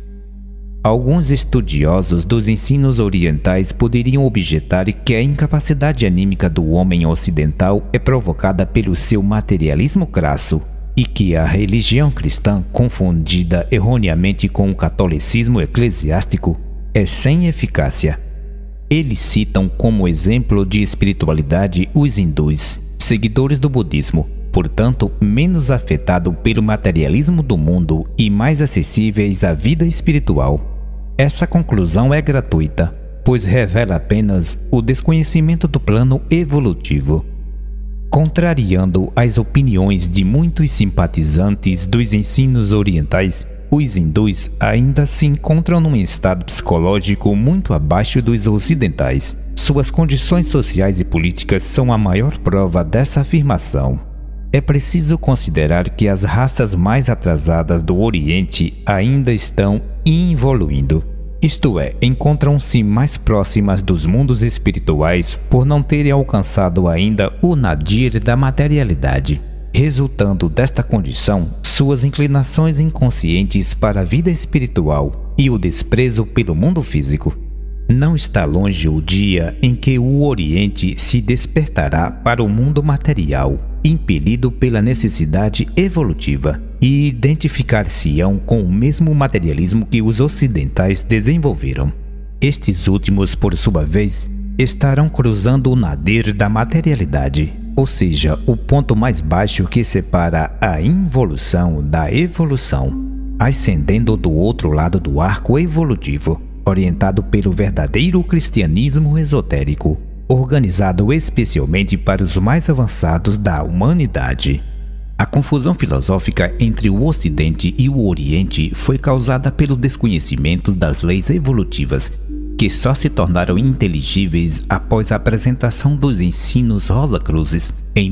Speaker 1: Alguns estudiosos dos ensinos orientais poderiam objetar que a incapacidade anímica do homem ocidental é provocada pelo seu materialismo crasso e que a religião cristã, confundida erroneamente com o catolicismo eclesiástico, é sem eficácia. Eles citam como exemplo de espiritualidade os hindus, seguidores do budismo, portanto menos afetados pelo materialismo do mundo e mais acessíveis à vida espiritual. Essa conclusão é gratuita, pois revela apenas o desconhecimento do plano evolutivo. Contrariando as opiniões de muitos simpatizantes dos ensinos orientais, os hindus ainda se encontram num estado psicológico muito abaixo dos ocidentais. Suas condições sociais e políticas são a maior prova dessa afirmação. É preciso considerar que as raças mais atrasadas do Oriente ainda estão evoluindo. Isto é, encontram-se mais próximas dos mundos espirituais por não terem alcançado ainda o nadir da materialidade. Resultando desta condição, suas inclinações inconscientes para a vida espiritual e o desprezo pelo mundo físico. Não está longe o dia em que o Oriente se despertará para o mundo material, impelido pela necessidade evolutiva, e identificar-se-ão com o mesmo materialismo que os ocidentais desenvolveram. Estes últimos, por sua vez, estarão cruzando o nadir da materialidade, ou seja, o ponto mais baixo que separa a involução da evolução, ascendendo do outro lado do arco evolutivo, orientado pelo verdadeiro cristianismo esotérico, organizado especialmente para os mais avançados da humanidade. A confusão filosófica entre o Ocidente e o Oriente foi causada pelo desconhecimento das leis evolutivas, que só se tornaram inteligíveis após a apresentação dos ensinos Rosacruzes em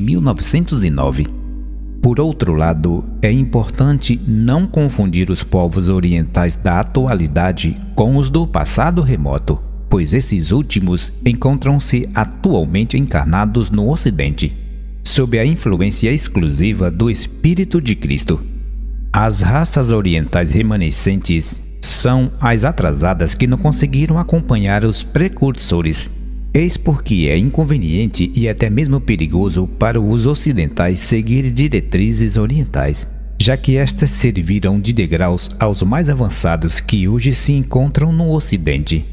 Speaker 1: 1909. Por outro lado, é importante não confundir os povos orientais da atualidade com os do passado remoto, pois esses últimos encontram-se atualmente encarnados no Ocidente, sob a influência exclusiva do Espírito de Cristo. As raças orientais remanescentes são as atrasadas que não conseguiram acompanhar os precursores. Eis porque é inconveniente e até mesmo perigoso para os ocidentais seguir diretrizes orientais, já que estas serviram de degraus aos mais avançados que hoje se encontram no Ocidente.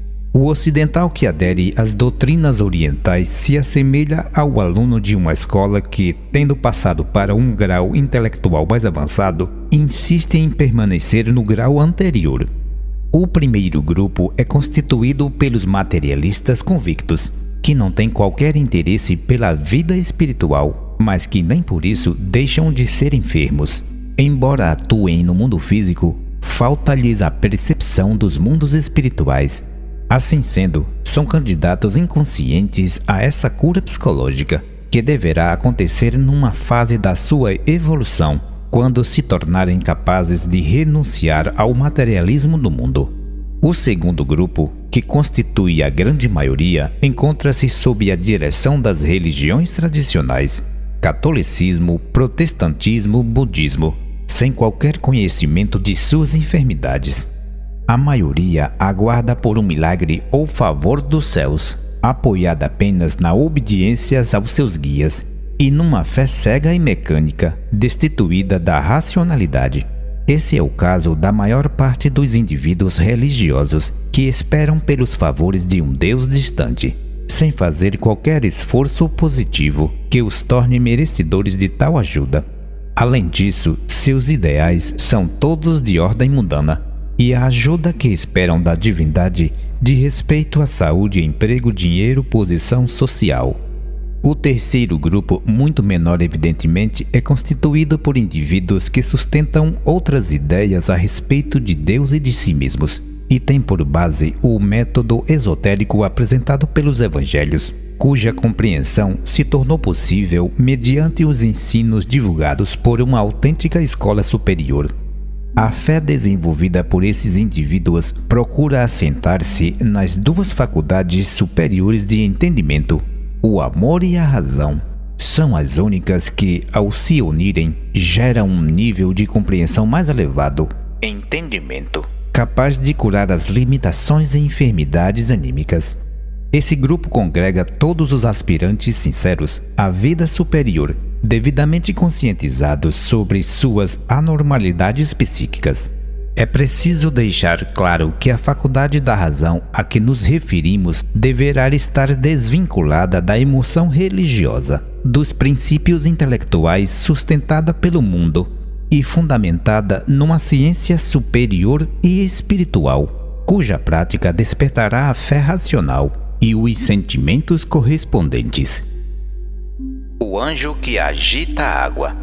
Speaker 1: O ocidental que adere às doutrinas orientais se assemelha ao aluno de uma escola que, tendo passado para um grau intelectual mais avançado, insiste em permanecer no grau anterior. O primeiro grupo é constituído pelos materialistas convictos, que não têm qualquer interesse pela vida espiritual, mas que nem por isso deixam de ser enfermos. Embora atuem no mundo físico, falta-lhes a percepção dos mundos espirituais. Assim sendo, são candidatos inconscientes a essa cura psicológica, que deverá acontecer numa fase da sua evolução, quando se tornarem capazes de renunciar ao materialismo do mundo. O segundo grupo, que constitui a grande maioria, encontra-se sob a direção das religiões tradicionais, catolicismo, protestantismo, budismo, sem qualquer conhecimento de suas enfermidades. A maioria aguarda por um milagre ou favor dos céus, apoiada apenas na obediência aos seus guias e numa fé cega e mecânica, destituída da racionalidade. Esse é o caso da maior parte dos indivíduos religiosos que esperam pelos favores de um Deus distante, sem fazer qualquer esforço positivo que os torne merecedores de tal ajuda. Além disso, seus ideais são todos de ordem mundana, e a ajuda que esperam da divindade diz respeito à saúde, emprego, dinheiro, posição social. O terceiro grupo, muito menor evidentemente, é constituído por indivíduos que sustentam outras ideias a respeito de Deus e de si mesmos, e tem por base o método esotérico apresentado pelos evangelhos, cuja compreensão se tornou possível mediante os ensinos divulgados por uma autêntica escola superior. A fé desenvolvida por esses indivíduos procura assentar-se nas duas faculdades superiores de entendimento, o amor e a razão. São as únicas que, ao se unirem, geram um nível de compreensão mais elevado, entendimento, capaz de curar as limitações e enfermidades anímicas. Esse grupo congrega todos os aspirantes sinceros à vida superior, devidamente conscientizados sobre suas anormalidades psíquicas. É preciso deixar claro que a faculdade da razão a que nos referimos deverá estar desvinculada da emoção religiosa, dos princípios intelectuais sustentada pelo mundo e fundamentada numa ciência superior e espiritual, cuja prática despertará a fé racional e os sentimentos correspondentes.
Speaker 2: O anjo que agita a água.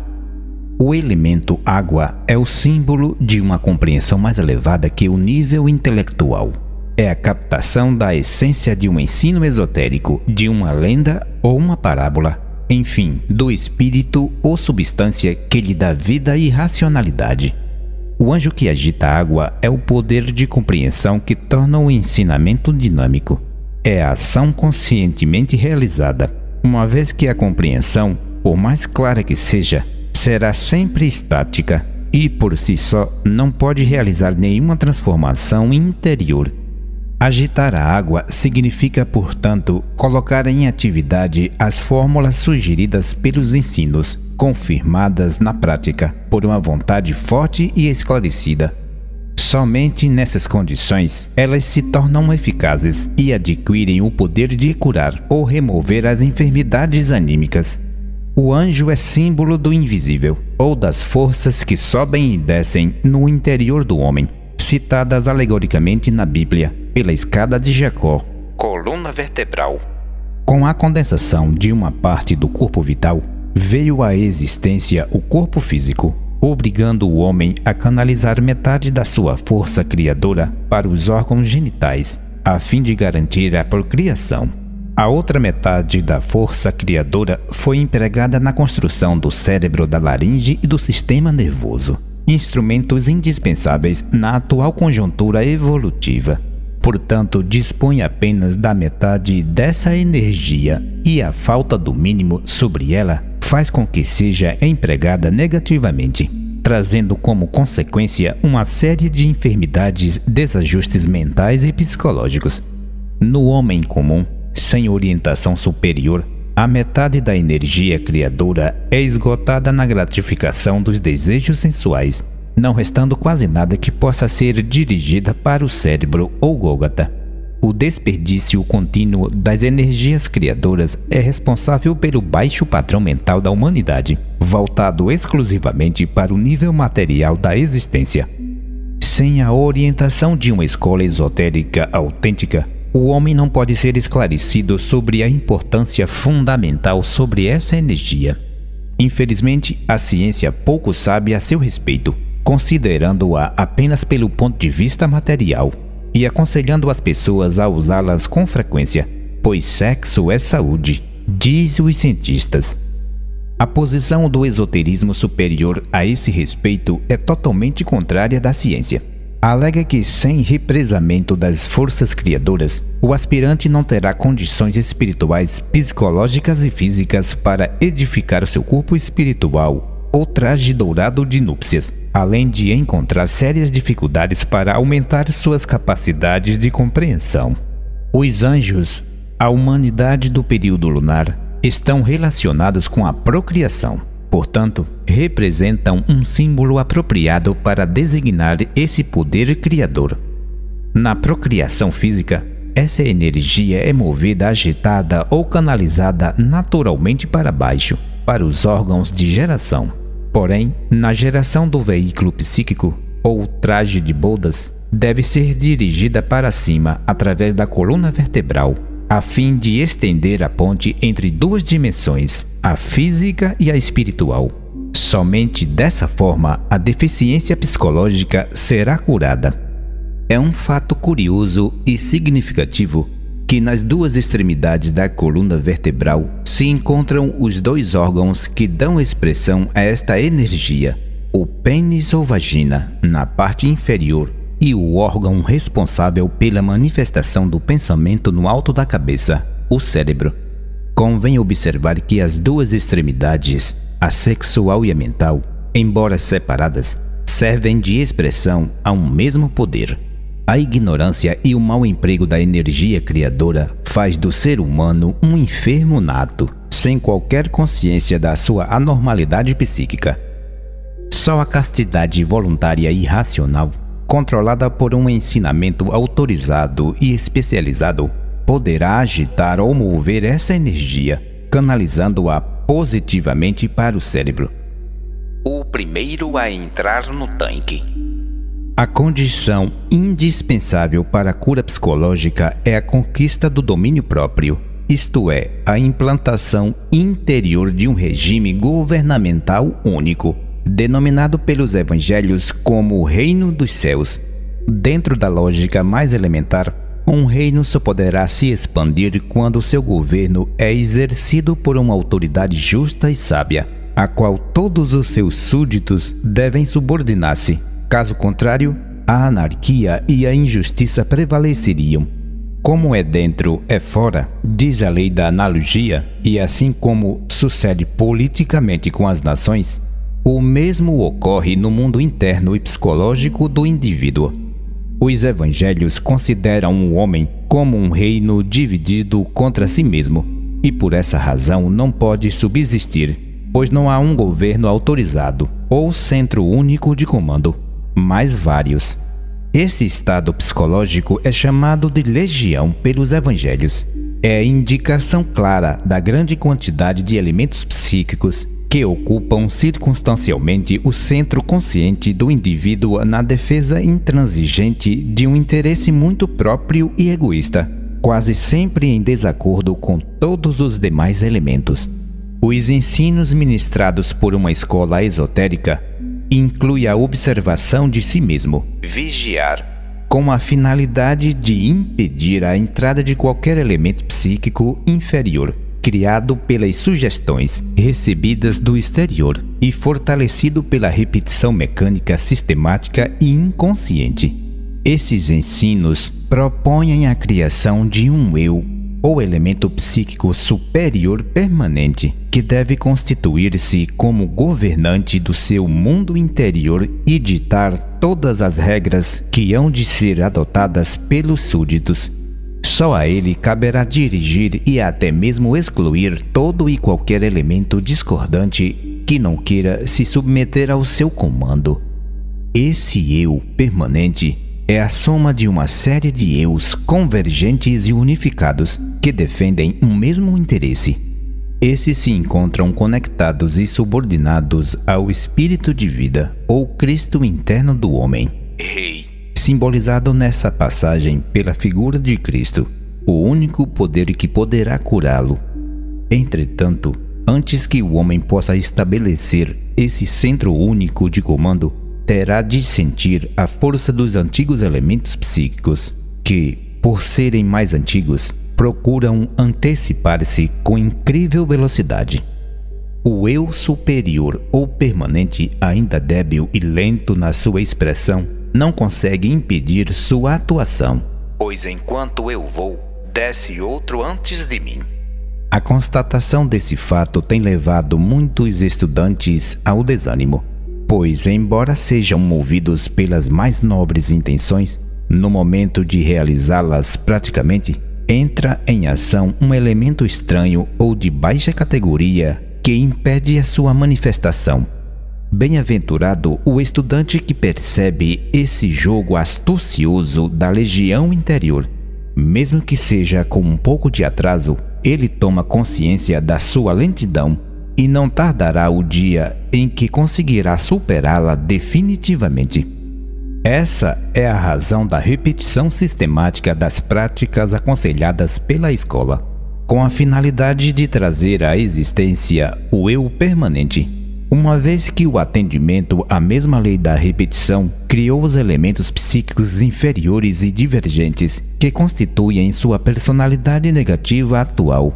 Speaker 1: O elemento água é o símbolo de uma compreensão mais elevada que o nível intelectual. É a captação da essência de um ensino esotérico, de uma lenda ou uma parábola, enfim, do espírito ou substância que lhe dá vida e racionalidade. O anjo que agita a água é o poder de compreensão que torna o ensinamento dinâmico. É a ação conscientemente realizada, uma vez que a compreensão, por mais clara que seja, será sempre estática e, por si só, não pode realizar nenhuma transformação interior. Agitar a água significa, portanto, colocar em atividade as fórmulas sugeridas pelos ensinos, confirmadas na prática por uma vontade forte e esclarecida. Somente nessas condições elas se tornam eficazes e adquirem o poder de curar ou remover as enfermidades anímicas. O anjo é símbolo do invisível, ou das forças que sobem e descem no interior do homem, citadas alegoricamente na Bíblia pela escada de Jacó,
Speaker 2: Coluna vertebral.
Speaker 1: Com a condensação de uma parte do corpo vital, veio à existência o corpo físico, obrigando o homem a canalizar metade da sua força criadora para os órgãos genitais, a fim de garantir a procriação. A outra metade da força criadora foi empregada na construção do cérebro, da laringe e do sistema nervoso, instrumentos indispensáveis na atual conjuntura evolutiva. Portanto, dispõe apenas da metade dessa energia, e a falta do mínimo sobre ela faz com que seja empregada negativamente, trazendo como consequência uma série de enfermidades, desajustes mentais e psicológicos. No homem comum, sem orientação superior, a metade da energia criadora é esgotada na gratificação dos desejos sensuais, não restando quase nada que possa ser dirigida para o cérebro ou Gólgota. O desperdício contínuo das energias criadoras é responsável pelo baixo padrão mental da humanidade, voltado exclusivamente para o nível material da existência. Sem a orientação de uma escola esotérica autêntica, o homem não pode ser esclarecido sobre a importância fundamental sobre essa energia. Infelizmente, a ciência pouco sabe a seu respeito, considerando-a apenas pelo ponto de vista material e aconselhando as pessoas a usá-las com frequência, pois sexo é saúde, diz os cientistas. A posição do esoterismo superior a esse respeito é totalmente contrária da ciência. Alega que, sem represamento das forças criadoras, o aspirante não terá condições espirituais, psicológicas e físicas para edificar o seu corpo espiritual ou traje dourado de núpcias, além de encontrar sérias dificuldades para aumentar suas capacidades de compreensão. Os anjos, a humanidade do período lunar, estão relacionados com a procriação. Portanto, representam um símbolo apropriado para designar esse poder criador. Na procriação física, essa energia é movida, agitada ou canalizada naturalmente para baixo, para os órgãos de geração. Porém, na geração do veículo psíquico, ou traje de bodas, deve ser dirigida para cima através da coluna vertebral, a fim de estender a ponte entre duas dimensões, a física e a espiritual. Somente dessa forma a deficiência psicológica será curada. É um fato curioso e significativo que nas duas extremidades da coluna vertebral se encontram os dois órgãos que dão expressão a esta energia, o pênis ou vagina, na parte inferior, e o órgão responsável pela manifestação do pensamento no alto da cabeça, o cérebro. Convém observar que as duas extremidades, a sexual e a mental, embora separadas, servem de expressão a um mesmo poder. A ignorância e o mau emprego da energia criadora faz do ser humano um enfermo nato, sem qualquer consciência da sua anormalidade psíquica. Só a castidade voluntária e racional, controlada por um ensinamento autorizado e especializado, poderá agitar ou mover essa energia, canalizando-a positivamente para o cérebro.
Speaker 2: O primeiro a entrar no tanque.
Speaker 1: A condição indispensável para a cura psicológica é a conquista do domínio próprio, isto é, a implantação interior de um regime governamental único, denominado pelos evangelhos como o Reino dos Céus. Dentro da lógica mais elementar, um reino só poderá se expandir quando seu governo é exercido por uma autoridade justa e sábia, a qual todos os seus súditos devem subordinar-se. Caso contrário, a anarquia e a injustiça prevaleceriam. Como é dentro, é fora, diz a lei da analogia, e assim como sucede politicamente com as nações, o mesmo ocorre no mundo interno e psicológico do indivíduo. Os evangelhos consideram o homem como um reino dividido contra si mesmo, e por essa razão não pode subsistir, pois não há um governo autorizado ou centro único de comando, mas vários. Esse estado psicológico é chamado de legião pelos evangelhos. É indicação clara da grande quantidade de elementos psíquicos que ocupam circunstancialmente o centro consciente do indivíduo na defesa intransigente de um interesse muito próprio e egoísta, quase sempre em desacordo com todos os demais elementos. Os ensinos ministrados por uma escola esotérica incluem a observação de si mesmo, vigiar, com a finalidade de impedir a entrada de qualquer elemento psíquico inferior, criado pelas sugestões recebidas do exterior e fortalecido pela repetição mecânica sistemática e inconsciente. Esses ensinos propõem a criação de um eu, ou elemento psíquico superior permanente, que deve constituir-se como governante do seu mundo interior e ditar todas as regras que hão de ser adotadas pelos súditos. Só a ele caberá dirigir e até mesmo excluir todo e qualquer elemento discordante que não queira se submeter ao seu comando. Esse eu permanente é a soma de uma série de eus convergentes e unificados que defendem um mesmo interesse. Esses se encontram conectados e subordinados ao espírito de vida ou Cristo interno do homem, Rei, simbolizado nessa passagem pela figura de Cristo, o único poder que poderá curá-lo. Entretanto, antes que o homem possa estabelecer esse centro único de comando, terá de sentir a força dos antigos elementos psíquicos, que, por serem mais antigos, procuram antecipar-se com incrível velocidade. O eu superior ou permanente, ainda débil e lento na sua expressão, não consegue impedir sua atuação, pois enquanto eu vou, desce outro antes de mim. A constatação desse fato tem levado muitos estudantes ao desânimo, pois, embora sejam movidos pelas mais nobres intenções, no momento de realizá-las praticamente, entra em ação um elemento estranho ou de baixa categoria que impede a sua manifestação. Bem-aventurado o estudante que percebe esse jogo astucioso da legião interior. Mesmo que seja com um pouco de atraso, ele toma consciência da sua lentidão e não tardará o dia em que conseguirá superá-la definitivamente. Essa é a razão da repetição sistemática das práticas aconselhadas pela escola, com a finalidade de trazer à existência o eu permanente, uma vez que o atendimento à mesma lei da repetição criou os elementos psíquicos inferiores e divergentes que constituem sua personalidade negativa atual.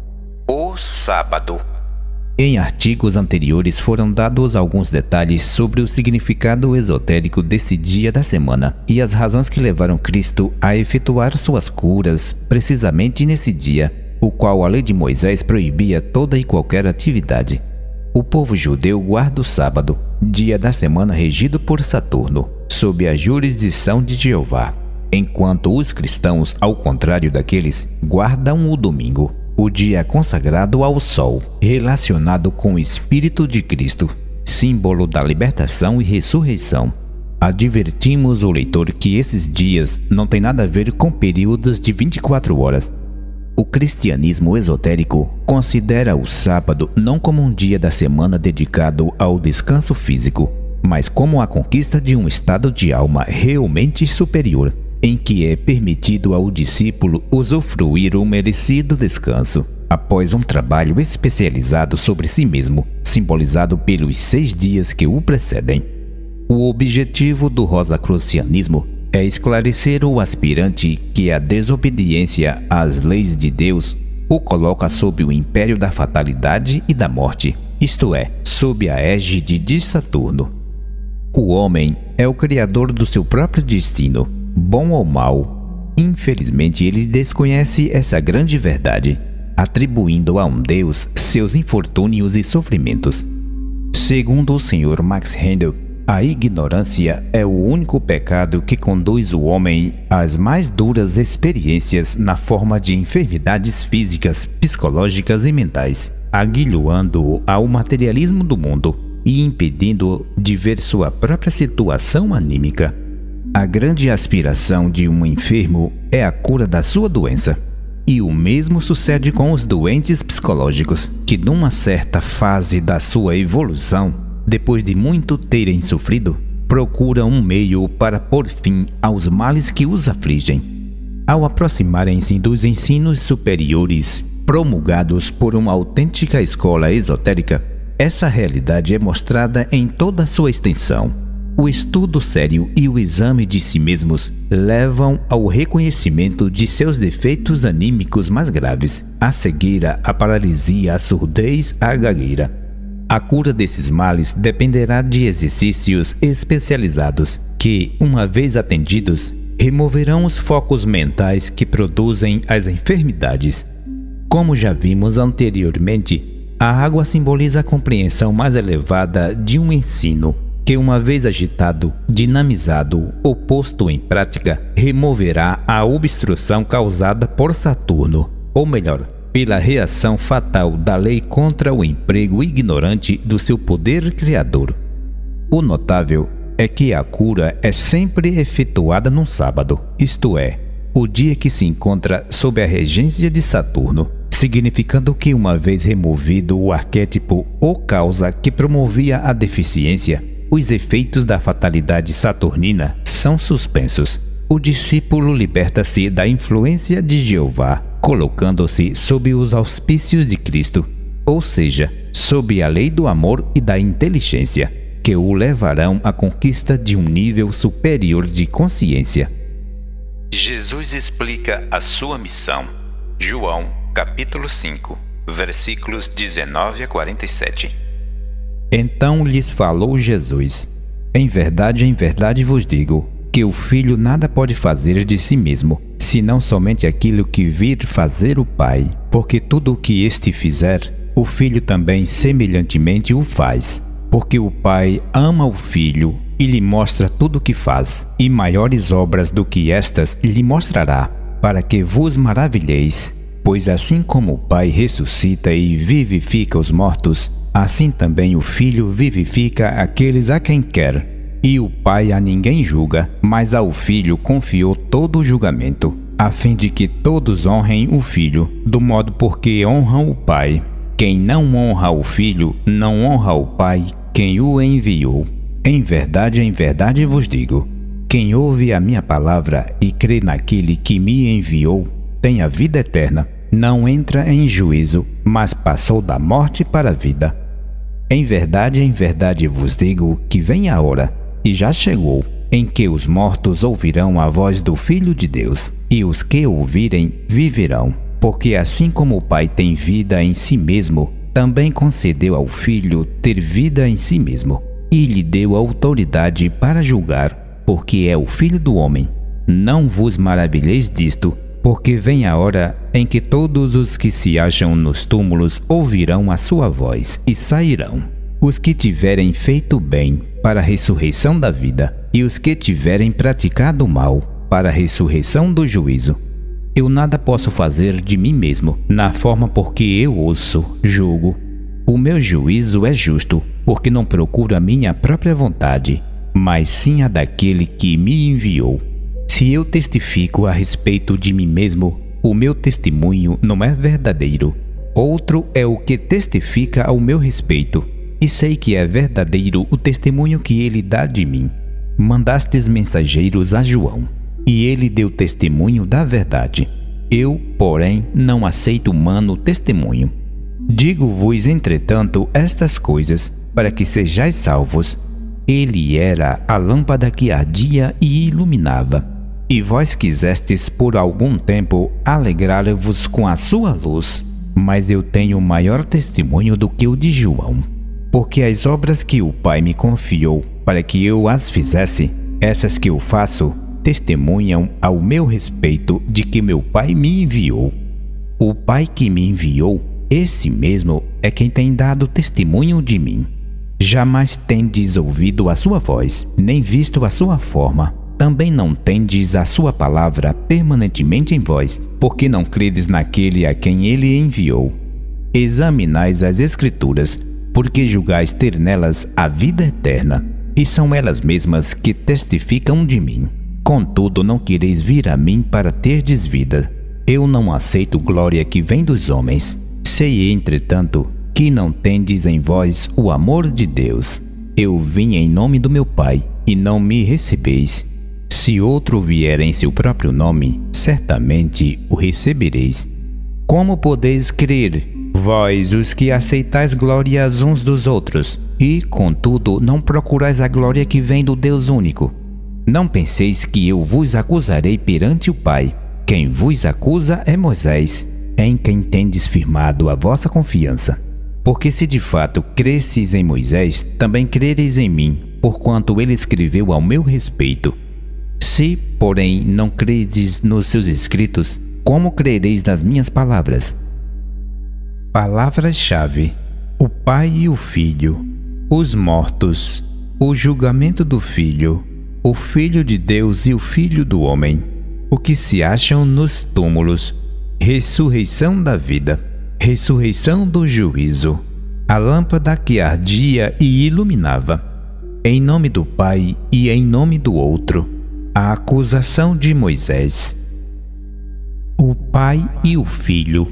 Speaker 1: O sábado. Em artigos anteriores foram dados alguns detalhes sobre o significado esotérico desse dia da semana e as razões que levaram Cristo a efetuar suas curas precisamente nesse dia, o qual a lei de Moisés proibia toda e qualquer atividade. O povo judeu guarda o sábado, dia da semana regido por Saturno, sob a jurisdição de Jeová, enquanto os cristãos, ao contrário daqueles, guardam o domingo, o dia consagrado ao Sol, relacionado com o Espírito de Cristo, símbolo da libertação e ressurreição. Advertimos o leitor que esses dias não têm nada a ver com períodos de 24 horas. O cristianismo esotérico considera o sábado não como um dia da semana dedicado ao descanso físico, mas como a conquista de um estado de alma realmente superior. em que é permitido ao discípulo usufruir o merecido descanso, após um trabalho especializado sobre si mesmo, simbolizado pelos 6 dias que o precedem. O objetivo do rosacrucianismo é esclarecer o aspirante que a desobediência às leis de Deus o coloca sob o império da fatalidade e da morte, isto é, sob a égide de Saturno. O homem é o criador do seu próprio destino, bom ou mau. Infelizmente, ele desconhece essa grande verdade, atribuindo a um Deus seus infortúnios e sofrimentos. Segundo o Sr. Max Handel, a ignorância é o único pecado que conduz o homem às mais duras experiências na forma de enfermidades físicas, psicológicas e mentais, aguilhoando-o ao materialismo do mundo e impedindo-o de ver sua própria situação anímica. A grande aspiração de um enfermo é a cura da sua doença. E o mesmo sucede com os doentes psicológicos, que numa certa fase da sua evolução, depois de muito terem sofrido, procuram um meio para pôr fim aos males que os afligem. Ao aproximarem-se dos ensinos superiores promulgados por uma autêntica escola esotérica, essa realidade é mostrada em toda a sua extensão. O estudo sério e o exame de si mesmos levam ao reconhecimento de seus defeitos anímicos mais graves, a cegueira, a paralisia, a surdez, a gagueira. A cura desses males dependerá de exercícios especializados que, uma vez atendidos, removerão os focos mentais que produzem as enfermidades. Como já vimos anteriormente, a água simboliza a compreensão mais elevada de um ensino que, uma vez agitado, dinamizado ou posto em prática, removerá a obstrução causada por Saturno, ou melhor, pela reação fatal da lei contra o emprego ignorante do seu poder criador. O notável é que a cura é sempre efetuada num sábado, isto é, o dia que se encontra sob a regência de Saturno, significando que, uma vez removido o arquétipo ou causa que promovia a deficiência, os efeitos da fatalidade saturnina são suspensos. O discípulo liberta-se da influência de Jeová, colocando-se sob os auspícios de Cristo, ou seja, sob a lei do amor e da inteligência, que o levarão à conquista de um nível superior de consciência.
Speaker 2: Jesus explica a sua missão. João, capítulo 5, versículos 19 a 47.
Speaker 1: Então lhes falou Jesus: em verdade vos digo, que o Filho nada pode fazer de si mesmo, senão somente aquilo que vir fazer o Pai, porque tudo o que este fizer, o Filho também semelhantemente o faz, porque o Pai ama o Filho e lhe mostra tudo o que faz, e maiores obras do que estas lhe mostrará, para que vos maravilheis. Pois assim como o Pai ressuscita e vivifica os mortos, assim também o Filho vivifica aqueles a quem quer. E o Pai a ninguém julga, mas ao Filho confiou todo o julgamento, a fim de que todos honrem o Filho, do modo porque honram o Pai. Quem não honra o Filho, não honra o Pai, quem o enviou. Em verdade vos digo, quem ouve a minha palavra e crê naquele que me enviou, tem a vida eterna, não entra em juízo, mas passou da morte para a vida. Em verdade vos digo que vem a hora, e já chegou, em que os mortos ouvirão a voz do Filho de Deus, e os que ouvirem viverão. Porque assim como o Pai tem vida em si mesmo, também concedeu ao Filho ter vida em si mesmo, e lhe deu autoridade para julgar, porque é o Filho do homem. Não vos maravilheis disto, porque vem a hora em que todos os que se acham nos túmulos ouvirão a sua voz e sairão. Os que tiverem feito bem, para a ressurreição da vida, e os que tiverem praticado mal, para a ressurreição do juízo. Eu nada posso fazer de mim mesmo, na forma porque eu ouço, julgo. O meu juízo é justo, porque não procuro a minha própria vontade, mas sim a daquele que me enviou. Se eu testifico a respeito de mim mesmo, o meu testemunho não é verdadeiro. Outro é o que testifica ao meu respeito, e sei que é verdadeiro o testemunho que ele dá de mim. Mandastes mensageiros a João, e ele deu testemunho da verdade. Eu, porém, não aceito humano testemunho. Digo-vos, entretanto, estas coisas, para que sejais salvos. Ele era a lâmpada que ardia e iluminava. E vós quisestes por algum tempo alegrar-vos com a sua luz, mas eu tenho maior testemunho do que o de João. Porque as obras que o Pai me confiou para que eu as fizesse, essas que eu faço, testemunham ao meu respeito de que meu Pai me enviou. O Pai que me enviou, esse mesmo é quem tem dado testemunho de mim. Jamais tendes ouvido a sua voz, nem visto a sua forma. Também não tendes a sua palavra permanentemente em vós, porque não credes naquele a quem ele enviou. Examinais as Escrituras, porque julgais ter nelas a vida eterna, e são elas mesmas que testificam de mim. Contudo, não quereis vir a mim para terdes vida. Eu não aceito glória que vem dos homens. Sei, entretanto, que não tendes em vós o amor de Deus. Eu vim em nome do meu Pai, e não me recebeis. Se outro vier em seu próprio nome, certamente o recebereis. Como podeis crer, vós os que aceitais glórias uns dos outros, e, contudo, não procurais a glória que vem do Deus único? Não penseis que eu vos acusarei perante o Pai. Quem vos acusa é Moisés, em quem tendes firmado a vossa confiança. Porque se de fato cresceis em Moisés, também crereis em mim, porquanto ele escreveu ao meu respeito. Se, porém, não credes nos seus escritos, como crereis nas minhas palavras? Palavras-chave: o Pai e o Filho, os mortos, o julgamento do Filho, o Filho de Deus e o Filho do homem, o que se acham nos túmulos, ressurreição da vida, ressurreição do juízo, a lâmpada que ardia e iluminava, em nome do Pai e em nome do outro, a acusação de Moisés. O Pai e o Filho.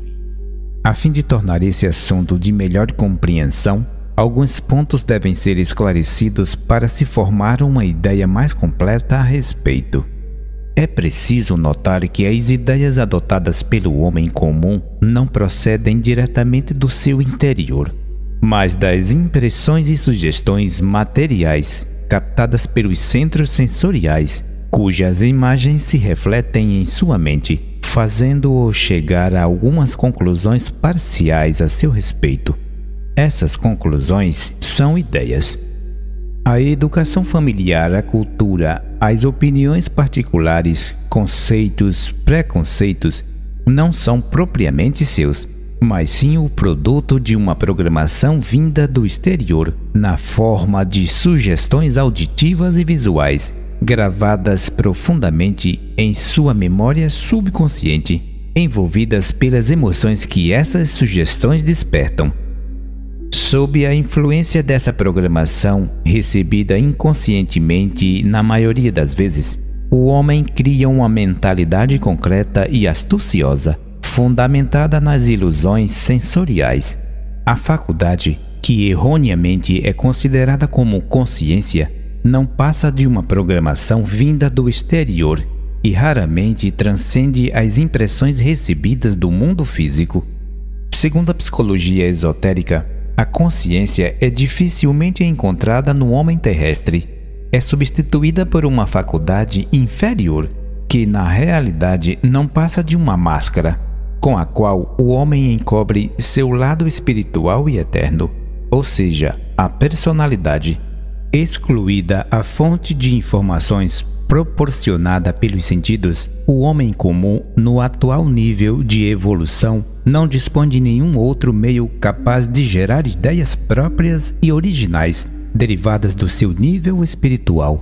Speaker 1: A fim de tornar esse assunto de melhor compreensão, alguns pontos devem ser esclarecidos para se formar uma ideia mais completa a respeito. É preciso notar que as ideias adotadas pelo homem comum não procedem diretamente do seu interior, mas das impressões e sugestões materiais captadas pelos centros sensoriais, cujas imagens se refletem em sua mente, fazendo-o chegar a algumas conclusões parciais a seu respeito. Essas conclusões são ideias. A educação familiar, a cultura, as opiniões particulares, conceitos, preconceitos, não são propriamente seus, mas sim o produto de uma programação vinda do exterior, na forma de sugestões auditivas e visuais, gravadas profundamente em sua memória subconsciente, envolvidas pelas emoções que essas sugestões despertam. Sob a influência dessa programação, recebida inconscientemente na maioria das vezes, o homem cria uma mentalidade concreta e astuciosa, fundamentada nas ilusões sensoriais. A faculdade, que erroneamente é considerada como consciência, não passa de uma programação vinda do exterior e raramente transcende as impressões recebidas do mundo físico. Segundo a psicologia esotérica, a consciência é dificilmente encontrada no homem terrestre. É substituída por uma faculdade inferior, que na realidade não passa de uma máscara, com a qual o homem encobre seu lado espiritual e eterno, ou seja, a personalidade. Excluída a fonte de informações proporcionada pelos sentidos, o homem comum, no atual nível de evolução, não dispõe de nenhum outro meio capaz de gerar ideias próprias e originais, derivadas do seu nível espiritual.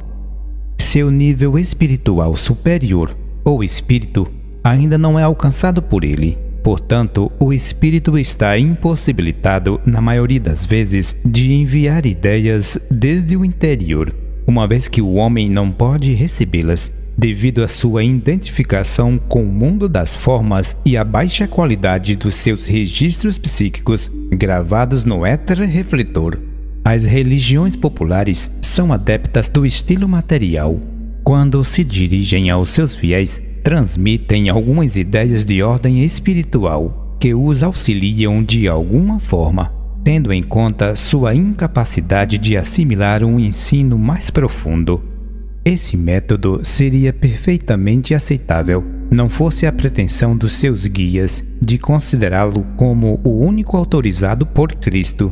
Speaker 1: Seu nível espiritual superior, ou espírito, ainda não é alcançado por ele. Portanto, o espírito está impossibilitado, na maioria das vezes, de enviar ideias desde o interior, uma vez que o homem não pode recebê-las, devido à sua identificação com o mundo das formas e à baixa qualidade dos seus registros psíquicos gravados no éter refletor. As religiões populares são adeptas do estilo material. Quando se dirigem aos seus fiéis, transmitem algumas ideias de ordem espiritual que os auxiliam de alguma forma, tendo em conta sua incapacidade de assimilar um ensino mais profundo. Esse método seria perfeitamente aceitável, não fosse a pretensão dos seus guias de considerá-lo como o único autorizado por Cristo.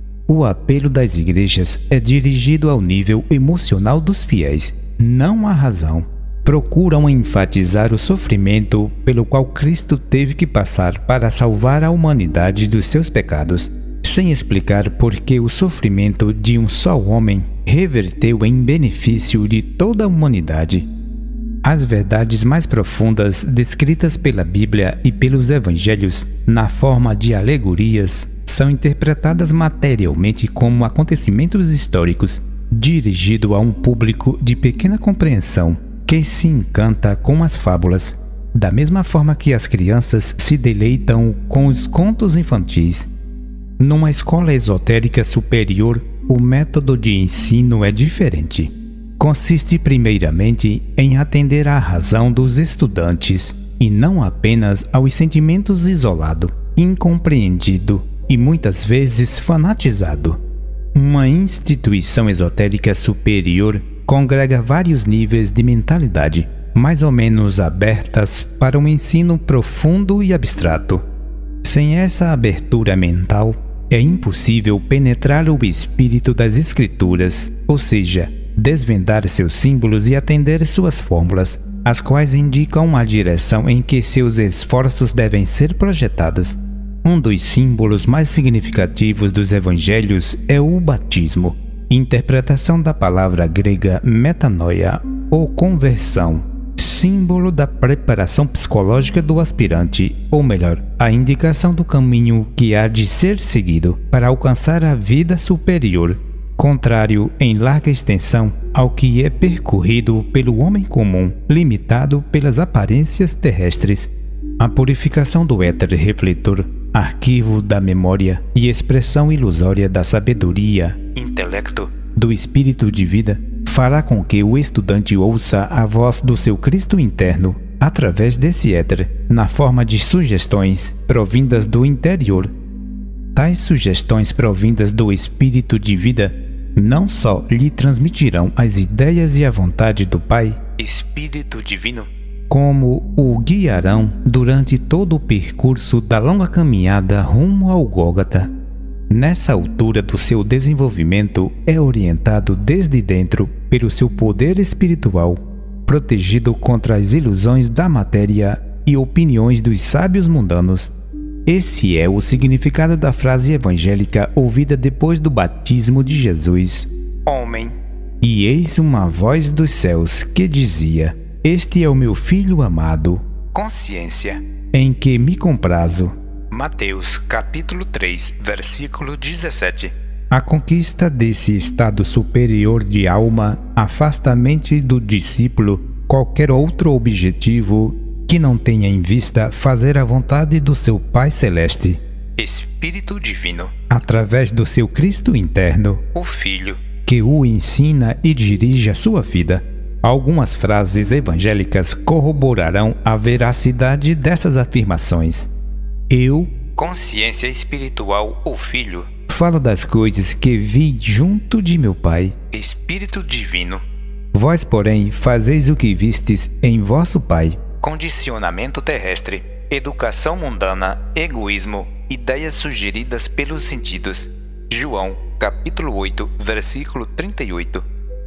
Speaker 1: O apelo das igrejas é dirigido ao nível emocional dos fiéis, não à razão. Procuram enfatizar o sofrimento pelo qual Cristo teve que passar para salvar a humanidade dos seus pecados, sem explicar por que o sofrimento de um só homem reverteu em benefício de toda a humanidade. As verdades mais profundas descritas pela Bíblia e pelos Evangelhos, na forma de alegorias, são interpretadas materialmente como acontecimentos históricos, dirigido a um público de pequena compreensão, que se encanta com as fábulas, da mesma forma que as crianças se deleitam com os contos infantis. Numa escola esotérica superior, o método de ensino é diferente. Consiste primeiramente em atender à razão dos estudantes e não apenas aos sentimentos isolado, incompreendido e muitas vezes fanatizado. Uma instituição esotérica superior congrega vários níveis de mentalidade, mais ou menos abertas para um ensino profundo e abstrato. Sem essa abertura mental, é impossível penetrar o espírito das Escrituras, ou seja, desvendar seus símbolos e atender suas fórmulas, as quais indicam a direção em que seus esforços devem ser projetados. Um dos símbolos mais significativos dos evangelhos é o batismo, interpretação da palavra grega metanoia, ou conversão, símbolo da preparação psicológica do aspirante, ou melhor, a indicação do caminho que há de ser seguido para alcançar a vida superior, contrário em larga extensão ao que é percorrido pelo homem comum, limitado pelas aparências terrestres. A purificação do éter refletor, arquivo da memória e expressão ilusória da sabedoria, intelecto, do espírito de vida, fará com que o estudante ouça a voz do seu Cristo interno, através desse éter, na forma de sugestões provindas do interior. Tais sugestões provindas do espírito de vida não só lhe transmitirão as ideias e a vontade do Pai, Espírito Divino, como o guiarão durante todo o percurso da longa caminhada rumo ao Gólgota. Nessa altura do seu desenvolvimento, é orientado desde dentro pelo seu poder espiritual, protegido contra as ilusões da matéria e opiniões dos sábios mundanos. Esse é o significado da frase evangélica ouvida depois do batismo de Jesus: Homem. E eis uma voz dos céus que dizia: Este é o meu Filho amado, consciência, em que me comprazo. Mateus capítulo 3, versículo 17. A conquista desse estado superior de alma afasta a mente do discípulo qualquer outro objetivo que não tenha em vista fazer a vontade do seu Pai Celeste, Espírito Divino, através do seu Cristo interno, o Filho, que o ensina e dirige a sua vida. Algumas frases evangélicas corroborarão a veracidade dessas afirmações. Eu, consciência espiritual, o Filho, falo das coisas que vi junto de meu Pai, Espírito Divino. Vós, porém, fazeis o que vistes em vosso Pai. Condicionamento terrestre, educação mundana, egoísmo, ideias sugeridas pelos sentidos. João, capítulo 8, versículo 38.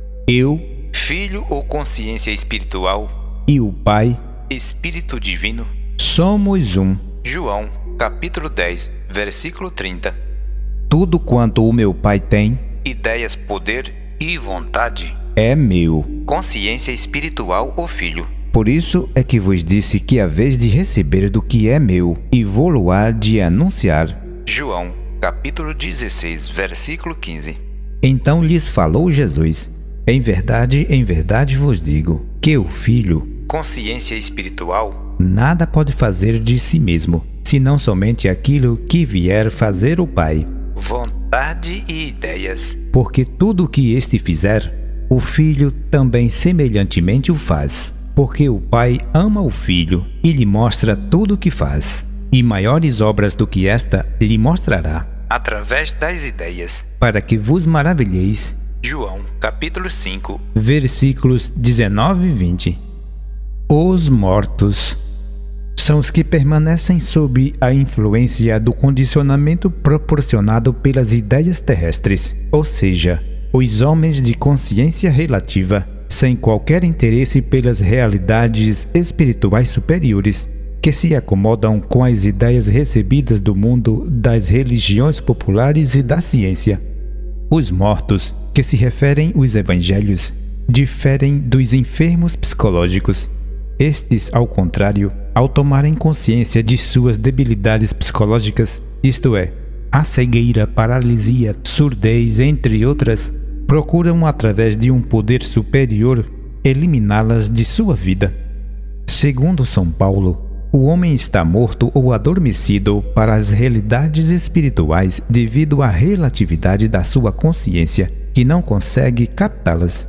Speaker 1: Eu, Filho ou consciência espiritual, e o Pai, Espírito Divino, somos um. João, capítulo 10, versículo 30. Tudo quanto o meu Pai tem, ideias, poder e vontade, é meu. Consciência espiritual, o Filho. Por isso é que vos disse que a vez de receber do que é meu, e vou-lo há de anunciar. João, capítulo 16, versículo 15. Então lhes falou Jesus: em verdade vos digo, que o Filho, consciência espiritual, nada pode fazer de si mesmo, senão somente aquilo que vier fazer o Pai. Vontade e ideias. Porque tudo o que este fizer, o Filho também semelhantemente o faz, porque o Pai ama o Filho e lhe mostra tudo o que faz, e maiores obras do que esta lhe mostrará,
Speaker 2: através das ideias.
Speaker 1: para que vos maravilheis.
Speaker 2: João, capítulo 5,
Speaker 1: Versículos 19 e 20. Os mortos são os que permanecem sob a influência do condicionamento proporcionado pelas ideias terrestres, ou seja, os homens de consciência relativa, sem qualquer interesse pelas realidades espirituais superiores, que se acomodam com as ideias recebidas do mundo, das religiões populares e da ciência. Os mortos, que se referem os evangelhos, diferem dos enfermos psicológicos. Estes, ao contrário, ao tomarem consciência de suas debilidades psicológicas, isto é, a cegueira, paralisia, surdez, entre outras, procuram, através de um poder superior, eliminá-las de sua vida. Segundo São Paulo, o homem está morto ou adormecido para as realidades espirituais devido à relatividade da sua consciência, que não consegue captá-las.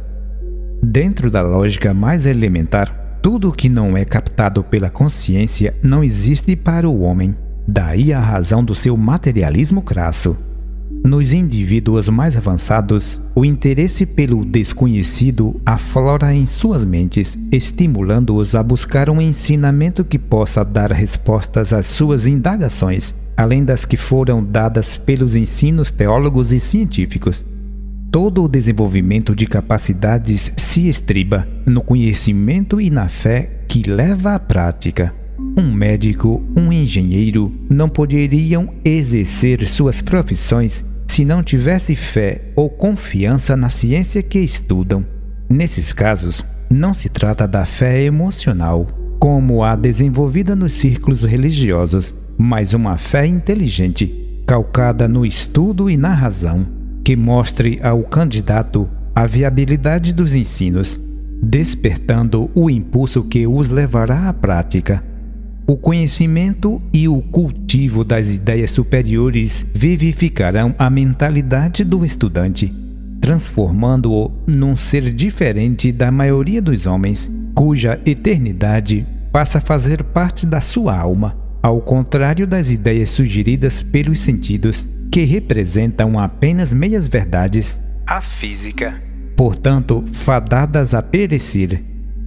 Speaker 1: Dentro da lógica mais elementar, tudo o que não é captado pela consciência não existe para o homem. Daí a razão do seu materialismo crasso. Nos indivíduos mais avançados, o interesse pelo desconhecido aflora em suas mentes, estimulando-os a buscar um ensinamento que possa dar respostas às suas indagações, além das que foram dadas pelos ensinos teólogos e científicos. Todo o desenvolvimento de capacidades se estriba no conhecimento e na fé que leva à prática. Um médico, um engenheiro não poderiam exercer suas profissões se não tivesse fé ou confiança na ciência que estudam. Nesses casos, não se trata da fé emocional, como a desenvolvida nos círculos religiosos, mas uma fé inteligente, calcada no estudo e na razão, que mostre ao candidato a viabilidade dos ensinos, despertando o impulso que os levará à prática. O conhecimento e o cultivo das ideias superiores vivificarão a mentalidade do estudante, transformando-o num ser diferente da maioria dos homens, cuja eternidade passa a fazer parte da sua alma, ao contrário das ideias sugeridas pelos sentidos, que representam apenas meias-verdades,
Speaker 2: a física,
Speaker 1: portanto, fadadas a perecer.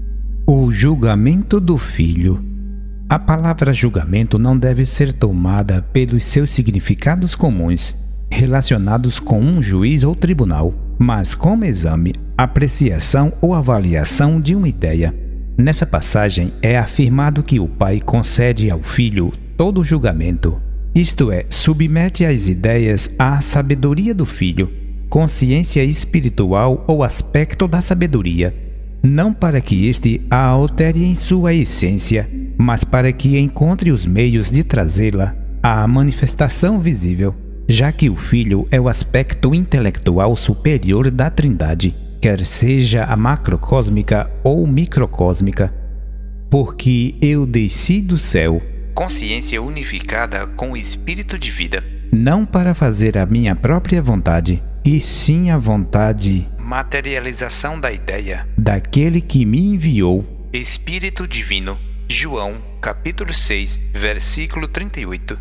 Speaker 1: O julgamento do Filho. A palavra julgamento não deve ser tomada pelos seus significados comuns, relacionados com um juiz ou tribunal, mas como exame, apreciação ou avaliação de uma ideia. Nessa passagem é afirmado que o Pai concede ao Filho todo o julgamento, isto é, submete as ideias à sabedoria do Filho, consciência espiritual ou aspecto da sabedoria, não para que este a altere em sua essência, mas para que encontre os meios de trazê-la à manifestação visível, já que o Filho é o aspecto intelectual superior da Trindade, quer seja a macrocósmica ou microcósmica. Porque eu desci do céu,
Speaker 2: consciência unificada com o espírito de vida,
Speaker 1: não para fazer a minha própria vontade, e sim a vontade,
Speaker 2: materialização da ideia,
Speaker 1: daquele que me enviou.
Speaker 2: Espírito Divino. João, capítulo 6, versículo 38.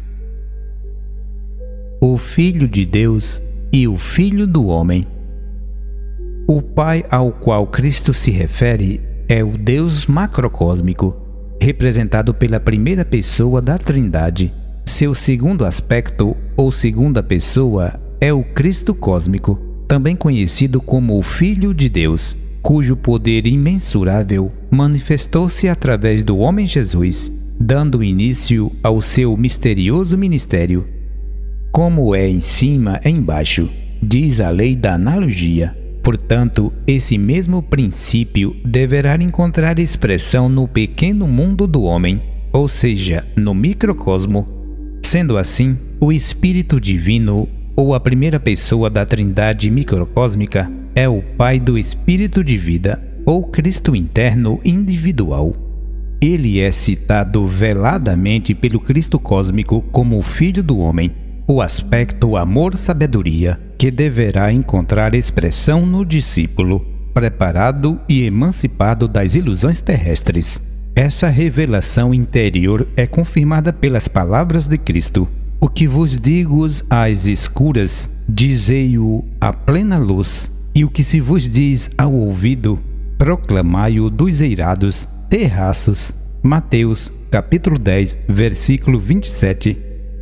Speaker 1: O Filho de Deus e o Filho do Homem. O Pai ao qual Cristo se refere é o Deus macrocósmico, representado pela primeira pessoa da Trindade. Seu segundo aspecto, ou segunda pessoa, é o Cristo cósmico, também conhecido como o Filho de Deus, cujo poder imensurável manifestou-se através do homem Jesus, dando início ao seu misterioso ministério. Como é em cima, é embaixo, diz a lei da analogia. Portanto, esse mesmo princípio deverá encontrar expressão no pequeno mundo do homem, ou seja, no microcosmo. Sendo assim, o Espírito Divino, ou a primeira pessoa da Trindade microcósmica, é o Pai do Espírito de vida, ou Cristo interno individual. Ele é citado veladamente pelo Cristo cósmico como o Filho do Homem, o aspecto amor-sabedoria, que deverá encontrar expressão no discípulo. preparado e emancipado das ilusões terrestres. Essa revelação interior é confirmada pelas palavras de Cristo. O que vos digo às escuras, dizei-o à plena luz, e o que se vos diz ao ouvido, proclamai-o dos eirados terraços. Mateus, capítulo 10, versículo 27.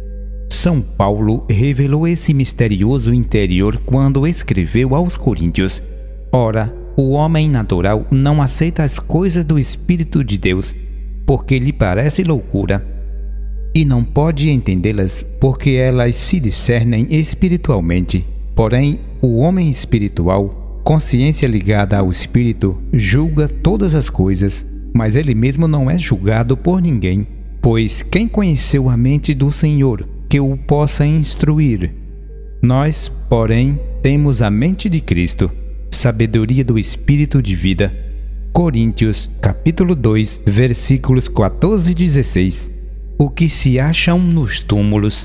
Speaker 1: São Paulo revelou esse misterioso interior quando escreveu aos Coríntios: Ora, o homem natural não aceita as coisas do Espírito de Deus, porque lhe parece loucura, e não pode entendê-las, porque elas se discernem espiritualmente. Porém, o homem espiritual, consciência ligada ao Espírito, julga todas as coisas, mas ele mesmo não é julgado por ninguém. Pois quem conheceu a mente do Senhor, que o possa instruir? Nós, porém, temos a mente de Cristo, sabedoria do Espírito de vida. Coríntios, capítulo 2, versículos 14 e 16. O que se acham nos túmulos?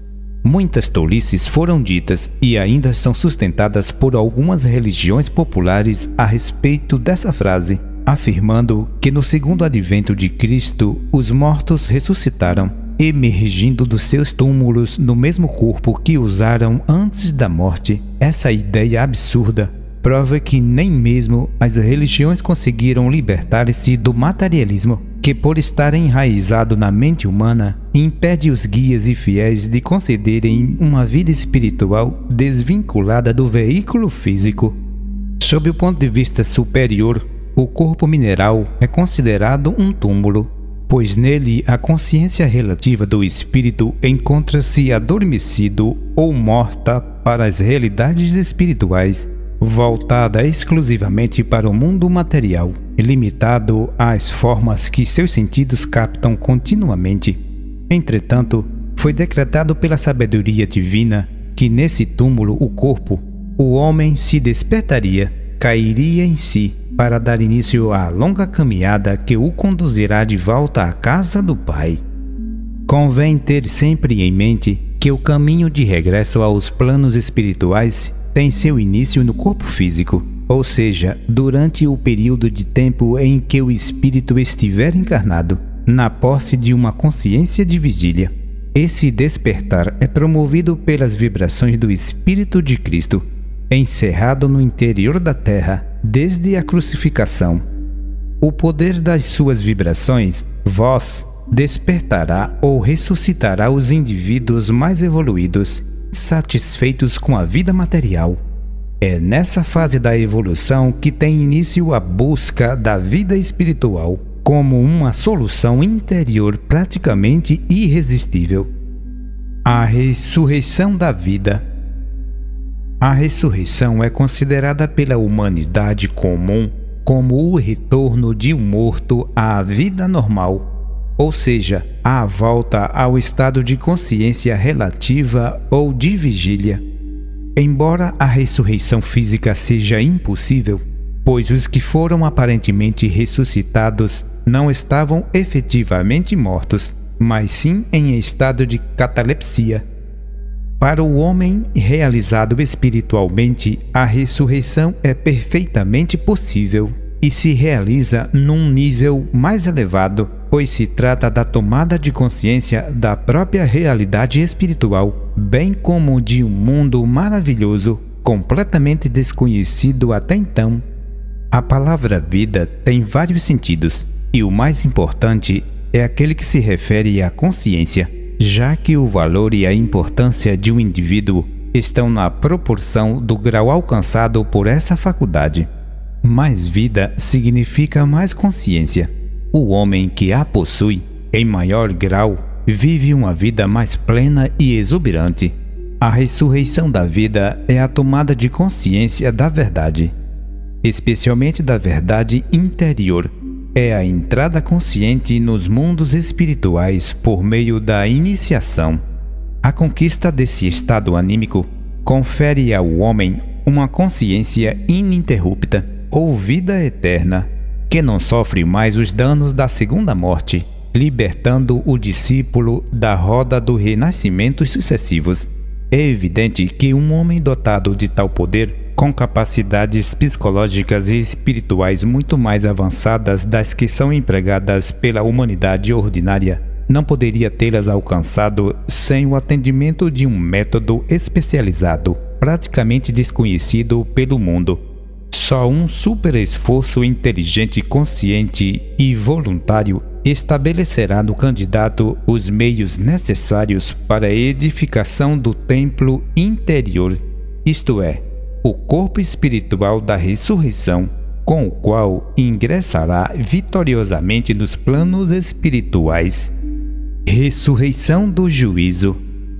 Speaker 1: Muitas tolices foram ditas e ainda são sustentadas por algumas religiões populares a respeito dessa frase, afirmando que no segundo advento de Cristo os mortos ressuscitaram, emergindo dos seus túmulos no mesmo corpo que usaram antes da morte. Essa ideia absurda prova que nem mesmo as religiões conseguiram libertar-se do materialismo, que por estar enraizado na mente humana, impede os guias e fiéis de concederem uma vida espiritual desvinculada do veículo físico. Sob o ponto de vista superior, o corpo mineral é considerado um túmulo, pois nele a consciência relativa do espírito encontra-se adormecido ou morta para as realidades espirituais, voltada exclusivamente para o mundo material, limitado às formas que seus sentidos captam continuamente. Entretanto, foi decretado pela sabedoria divina que nesse túmulo o corpo, o homem se despertaria, cairia em si, para dar início à longa caminhada que o conduzirá de volta à casa do Pai. Convém ter sempre em mente que o caminho de regresso aos planos espirituais tem seu início no corpo físico, ou seja, durante o período de tempo em que o espírito estiver encarnado, na posse de uma consciência de vigília. Esse despertar é promovido pelas vibrações do Espírito de Cristo, encerrado no interior da terra desde a crucificação. O poder das suas vibrações, voz, despertará ou ressuscitará os indivíduos mais evoluídos, satisfeitos com a vida material. É nessa fase da evolução que tem início a busca da vida espiritual como uma solução interior praticamente irresistível. A ressurreição da vida. A ressurreição é considerada pela humanidade comum como o retorno de um morto à vida normal, ou seja, a volta ao estado de consciência relativa ou de vigília. Embora a ressurreição física seja impossível, pois os que foram aparentemente ressuscitados não estavam efetivamente mortos, mas sim em estado de catalepsia. Para o homem realizado espiritualmente, a ressurreição é perfeitamente possível e se realiza num nível mais elevado, pois se trata da tomada de consciência da própria realidade espiritual, bem como de um mundo maravilhoso, completamente desconhecido até então. A palavra vida tem vários sentidos, e o mais importante é aquele que se refere à consciência, já que o valor e a importância de um indivíduo estão na proporção do grau alcançado por essa faculdade. Mais vida significa mais consciência. O homem que a possui, em maior grau, vive uma vida mais plena e exuberante. A ressurreição da vida é a tomada de consciência da verdade, especialmente da verdade interior. É a entrada consciente nos mundos espirituais por meio da iniciação. A conquista desse estado anímico confere ao homem uma consciência ininterrupta ou vida eterna, que não sofre mais os danos da segunda morte, libertando o discípulo da roda dos renascimentos sucessivos. É evidente que um homem dotado de tal poder com capacidades psicológicas e espirituais muito mais avançadas das que são empregadas pela humanidade ordinária, não poderia tê-las alcançado sem o atendimento de um método especializado, praticamente desconhecido pelo mundo. Só um super esforço inteligente, consciente e voluntário estabelecerá no candidato os meios necessários para a edificação do templo interior, isto é, o corpo espiritual da ressurreição, com o qual ingressará vitoriosamente nos planos espirituais. Ressurreição do juízo.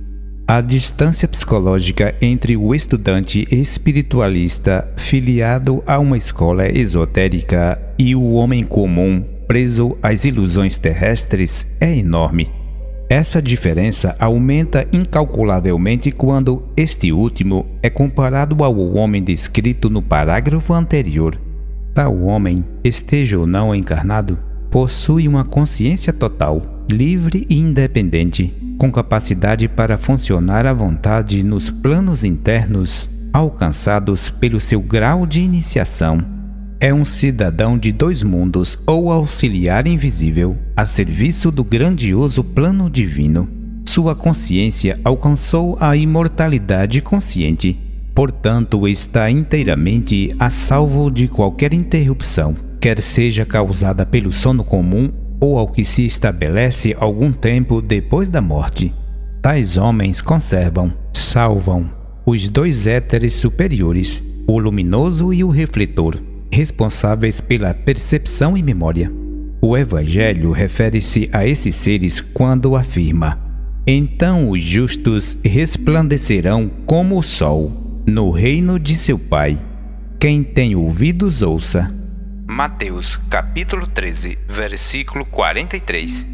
Speaker 1: A distância psicológica entre o estudante espiritualista filiado a uma escola esotérica e o homem comum preso às ilusões terrestres é enorme. Essa diferença aumenta incalculavelmente quando este último é comparado ao homem descrito no parágrafo anterior. Tal homem, esteja ou não encarnado, possui uma consciência total, livre e independente, com capacidade para funcionar à vontade nos planos internos alcançados pelo seu grau de iniciação. É um cidadão de dois mundos ou auxiliar invisível a serviço do grandioso plano divino. Sua consciência alcançou a imortalidade consciente, portanto está inteiramente a salvo de qualquer interrupção, quer seja causada pelo sono comum ou ao que se estabelece algum tempo depois da morte. Tais homens conservam, salvam, os dois éteres superiores, o luminoso e o refletor, responsáveis pela percepção e memória. O Evangelho refere-se a esses seres quando afirma: então os justos resplandecerão como o sol, no reino de seu Pai. Quem tem ouvidos, ouça.
Speaker 2: Mateus, capítulo 13, versículo 43.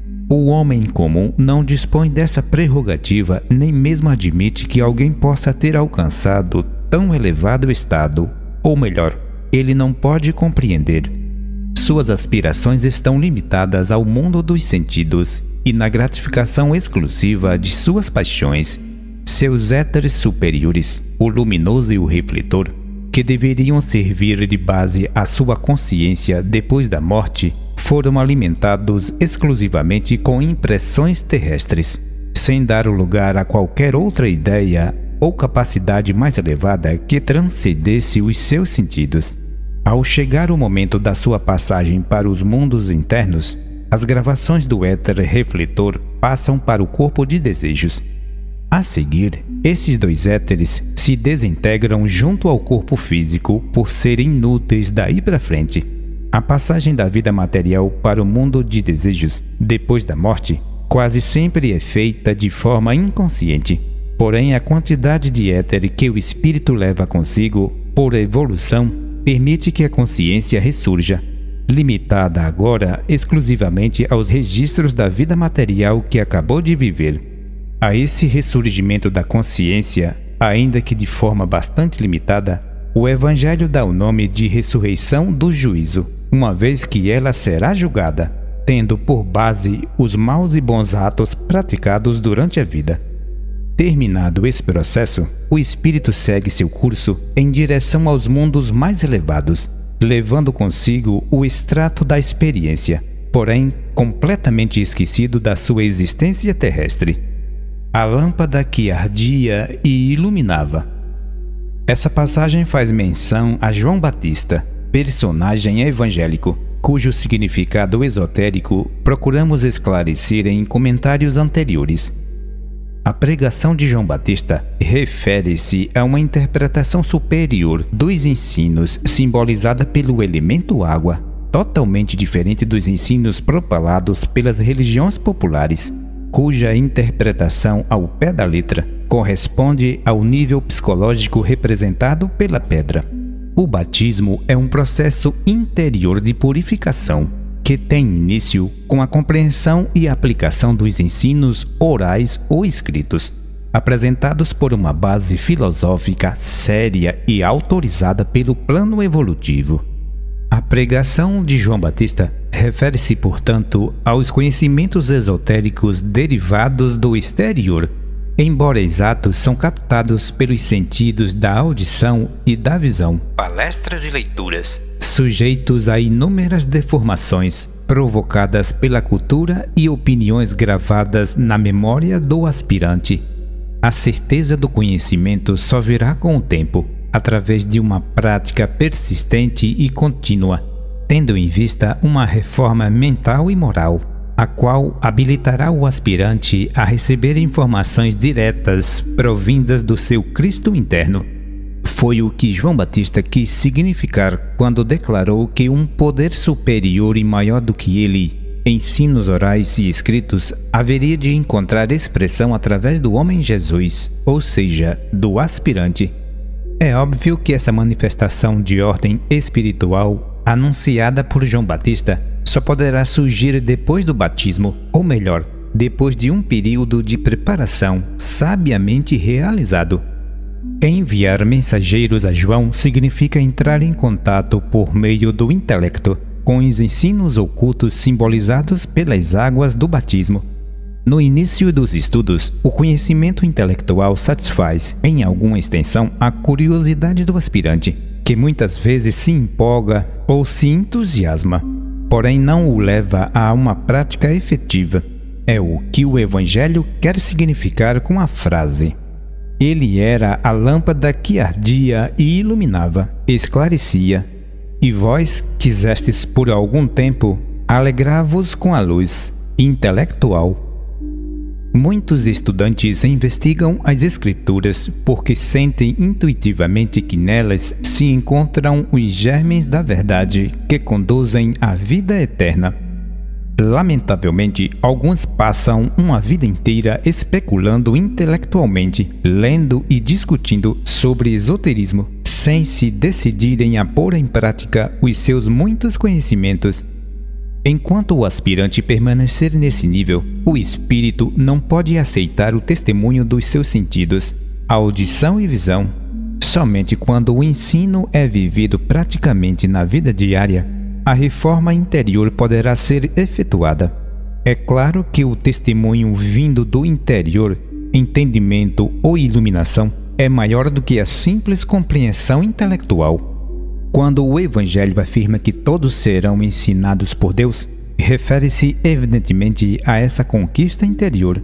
Speaker 1: O homem comum não dispõe dessa prerrogativa, nem mesmo admite que alguém possa ter alcançado tão elevado estado, ou melhor, ele não pode compreender. Suas aspirações estão limitadas ao mundo dos sentidos e na gratificação exclusiva de suas paixões. Seus éteres superiores, o luminoso e o refletor, que deveriam servir de base à sua consciência depois da morte, foram alimentados exclusivamente com impressões terrestres, sem dar lugar a qualquer outra ideia ou capacidade mais elevada que transcendesse os seus sentidos. Ao chegar o momento da sua passagem para os mundos internos, as gravações do éter refletor passam para o corpo de desejos. A seguir, esses dois éteres se desintegram junto ao corpo físico por serem inúteis daí para frente. A passagem da vida material para o mundo de desejos, depois da morte, quase sempre é feita de forma inconsciente. Porém, a quantidade de éter que o espírito leva consigo, por evolução, permite que a consciência ressurja, limitada agora exclusivamente aos registros da vida material que acabou de viver. A esse ressurgimento da consciência, ainda que de forma bastante limitada, o Evangelho dá o nome de ressurreição do juízo, uma vez que ela será julgada, tendo por base os maus e bons atos praticados durante a vida. Terminado esse processo, o espírito segue seu curso em direção aos mundos mais elevados, levando consigo o extrato da experiência, porém completamente esquecido da sua existência terrestre. A lâmpada que ardia e iluminava. Essa passagem faz menção a João Batista, personagem evangélico, cujo significado esotérico procuramos esclarecer em comentários anteriores. A pregação de João Batista refere-se a uma interpretação superior dos ensinos simbolizada pelo elemento água, totalmente diferente dos ensinos propalados pelas religiões populares, cuja interpretação ao pé da letra corresponde ao nível psicológico representado pela pedra. O batismo é um processo interior de purificação que tem início com a compreensão e aplicação dos ensinos orais ou escritos, apresentados por uma base filosófica séria e autorizada pelo plano evolutivo. A pregação de João Batista refere-se, portanto, aos conhecimentos esotéricos derivados do exterior, embora exatos, são captados pelos sentidos da audição e da visão.
Speaker 2: Palestras e leituras.
Speaker 1: Sujeitos a inúmeras deformações provocadas pela cultura e opiniões gravadas na memória do aspirante. A certeza do conhecimento só virá com o tempo, através de uma prática persistente e contínua, tendo em vista uma reforma mental e moral, a qual habilitará o aspirante a receber informações diretas provindas do seu Cristo interno. Foi o que João Batista quis significar quando declarou que um poder superior e maior do que ele, ensinos orais e escritos, haveria de encontrar expressão através do homem Jesus, ou seja, do aspirante. É óbvio que essa manifestação de ordem espiritual, anunciada por João Batista, só poderá surgir depois do batismo, ou melhor, depois de um período de preparação sabiamente realizado. Enviar mensageiros a João significa entrar em contato por meio do intelecto com os ensinos ocultos simbolizados pelas águas do batismo. No início dos estudos, o conhecimento intelectual satisfaz, em alguma extensão, a curiosidade do aspirante, que muitas vezes se empolga ou se entusiasma, porém não o leva a uma prática efetiva. É o que o Evangelho quer significar com a frase: Ele era a lâmpada que ardia e iluminava, esclarecia. E vós quisestes por algum tempo alegrar-vos com a luz intelectual. Muitos estudantes investigam as Escrituras porque sentem intuitivamente que nelas se encontram os germes da verdade que conduzem à vida eterna. Lamentavelmente, alguns passam uma vida inteira especulando intelectualmente, lendo e discutindo sobre esoterismo, sem se decidirem a pôr em prática os seus muitos conhecimentos. Enquanto o aspirante permanecer nesse nível, o espírito não pode aceitar o testemunho dos seus sentidos, audição e visão. Somente quando o ensino é vivido praticamente na vida diária, a reforma interior poderá ser efetuada. É claro que o testemunho vindo do interior, entendimento ou iluminação, é maior do que a simples compreensão intelectual. Quando o Evangelho afirma que todos serão ensinados por Deus, refere-se evidentemente a essa conquista interior.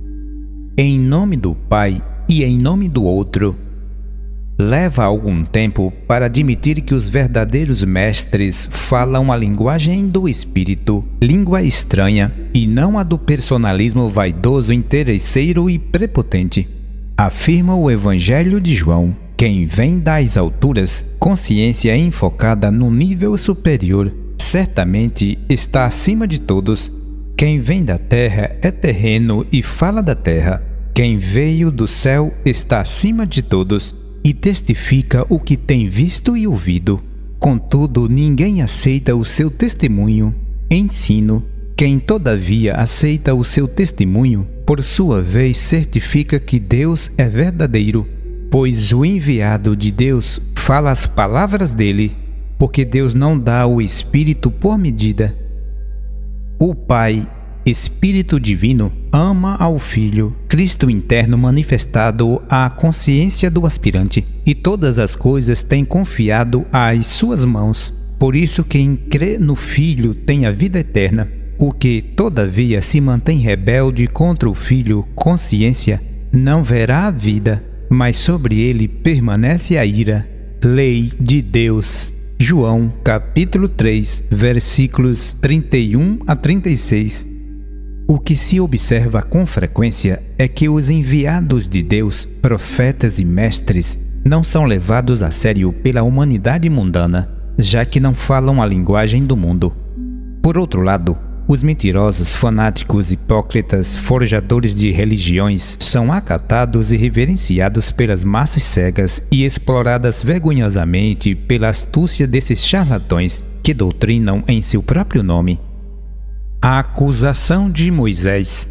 Speaker 1: Em nome do Pai e em nome do outro. Leva algum tempo para admitir que os verdadeiros mestres falam a linguagem do Espírito, língua estranha, e não a do personalismo vaidoso, interesseiro e prepotente. Afirma o Evangelho de João: quem vem das alturas, consciência enfocada no nível superior, certamente está acima de todos. Quem vem da terra é terreno e fala da terra. Quem veio do céu está acima de todos e testifica o que tem visto e ouvido. Contudo, ninguém aceita o seu testemunho, ensino. Quem, todavia, aceita o seu testemunho, por sua vez certifica que Deus é verdadeiro, pois o enviado de Deus fala as palavras dele, porque Deus não dá o Espírito por medida. O Pai, Espírito Divino, ama ao Filho, Cristo interno manifestado à consciência do aspirante, e todas as coisas tem confiado às suas mãos. Por isso quem crê no Filho tem a vida eterna. O que, todavia, se mantém rebelde contra o Filho, consciência, não verá a vida, mas sobre ele permanece a ira. Lei de Deus. João, capítulo 3, versículos 31 a 36. O que se observa com frequência é que os enviados de Deus, profetas e mestres, não são levados a sério pela humanidade mundana, já que não falam a linguagem do mundo. Por outro lado, os mentirosos, fanáticos, hipócritas, forjadores de religiões são acatados e reverenciados pelas massas cegas e exploradas vergonhosamente pela astúcia desses charlatões que doutrinam em seu próprio nome. A acusação de Moisés.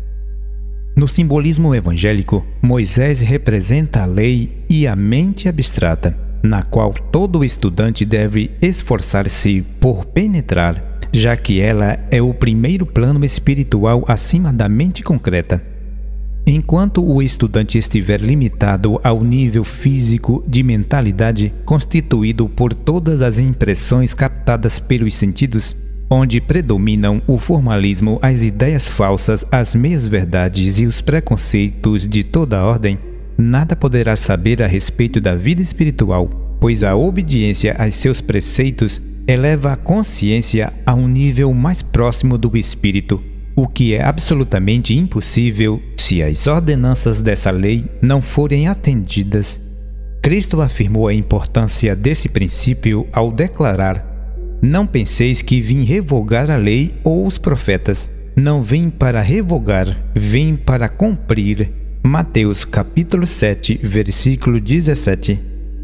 Speaker 1: No simbolismo evangélico, Moisés representa a lei e a mente abstrata, na qual todo estudante deve esforçar-se por penetrar, já que ela é o primeiro plano espiritual acima da mente concreta. Enquanto o estudante estiver limitado ao nível físico de mentalidade constituído por todas as impressões captadas pelos sentidos, onde predominam o formalismo, as ideias falsas, as meias-verdades e os preconceitos de toda ordem, nada poderá saber a respeito da vida espiritual, pois a obediência a seus preceitos eleva a consciência a um nível mais próximo do espírito, o que é absolutamente impossível se as ordenanças dessa lei não forem atendidas. Cristo afirmou a importância desse princípio ao declarar: "Não penseis que vim revogar a lei ou os profetas. Não vim para revogar, vim para cumprir." Mateus capítulo 7, versículo 17.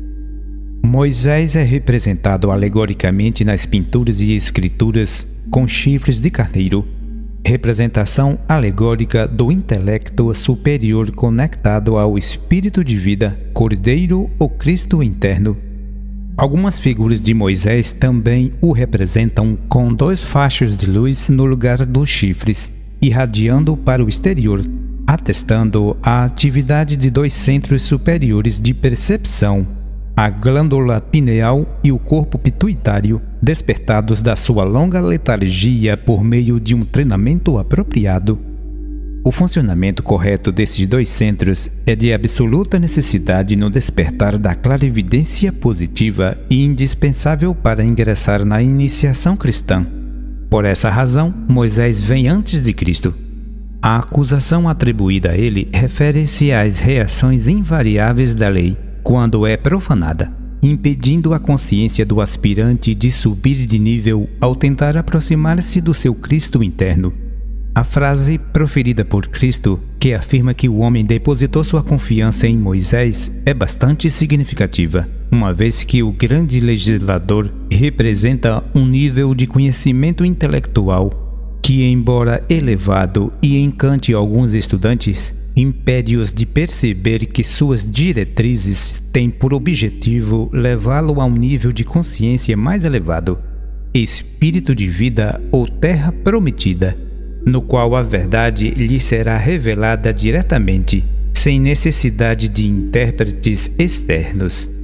Speaker 1: Moisés é representado alegoricamente nas pinturas e escrituras com chifres de carneiro, representação alegórica do intelecto superior conectado ao espírito de vida, Cordeiro ou Cristo interno. Algumas figuras de Moisés também o representam com 2 fachos de luz no lugar dos chifres, irradiando para o exterior, atestando a atividade de 2 centros superiores de percepção, a glândula pineal e o corpo pituitário, despertados da sua longa letargia por meio de um treinamento apropriado. O funcionamento correto desses 2 centros é de absoluta necessidade no despertar da clarividência positiva e indispensável para ingressar na iniciação cristã. Por essa razão, Moisés vem antes de Cristo. A acusação atribuída a ele refere-se às reações invariáveis da lei quando é profanada, impedindo a consciência do aspirante de subir de nível ao tentar aproximar-se do seu Cristo interno. A frase proferida por Cristo, que afirma que o homem depositou sua confiança em Moisés, é bastante significativa, uma vez que o grande legislador representa um nível de conhecimento intelectual que, embora elevado e encante alguns estudantes, impede-os de perceber que suas diretrizes têm por objetivo levá-lo a um nível de consciência mais elevado, espírito de vida ou terra prometida, no qual a verdade lhe será revelada diretamente, sem necessidade de intérpretes externos.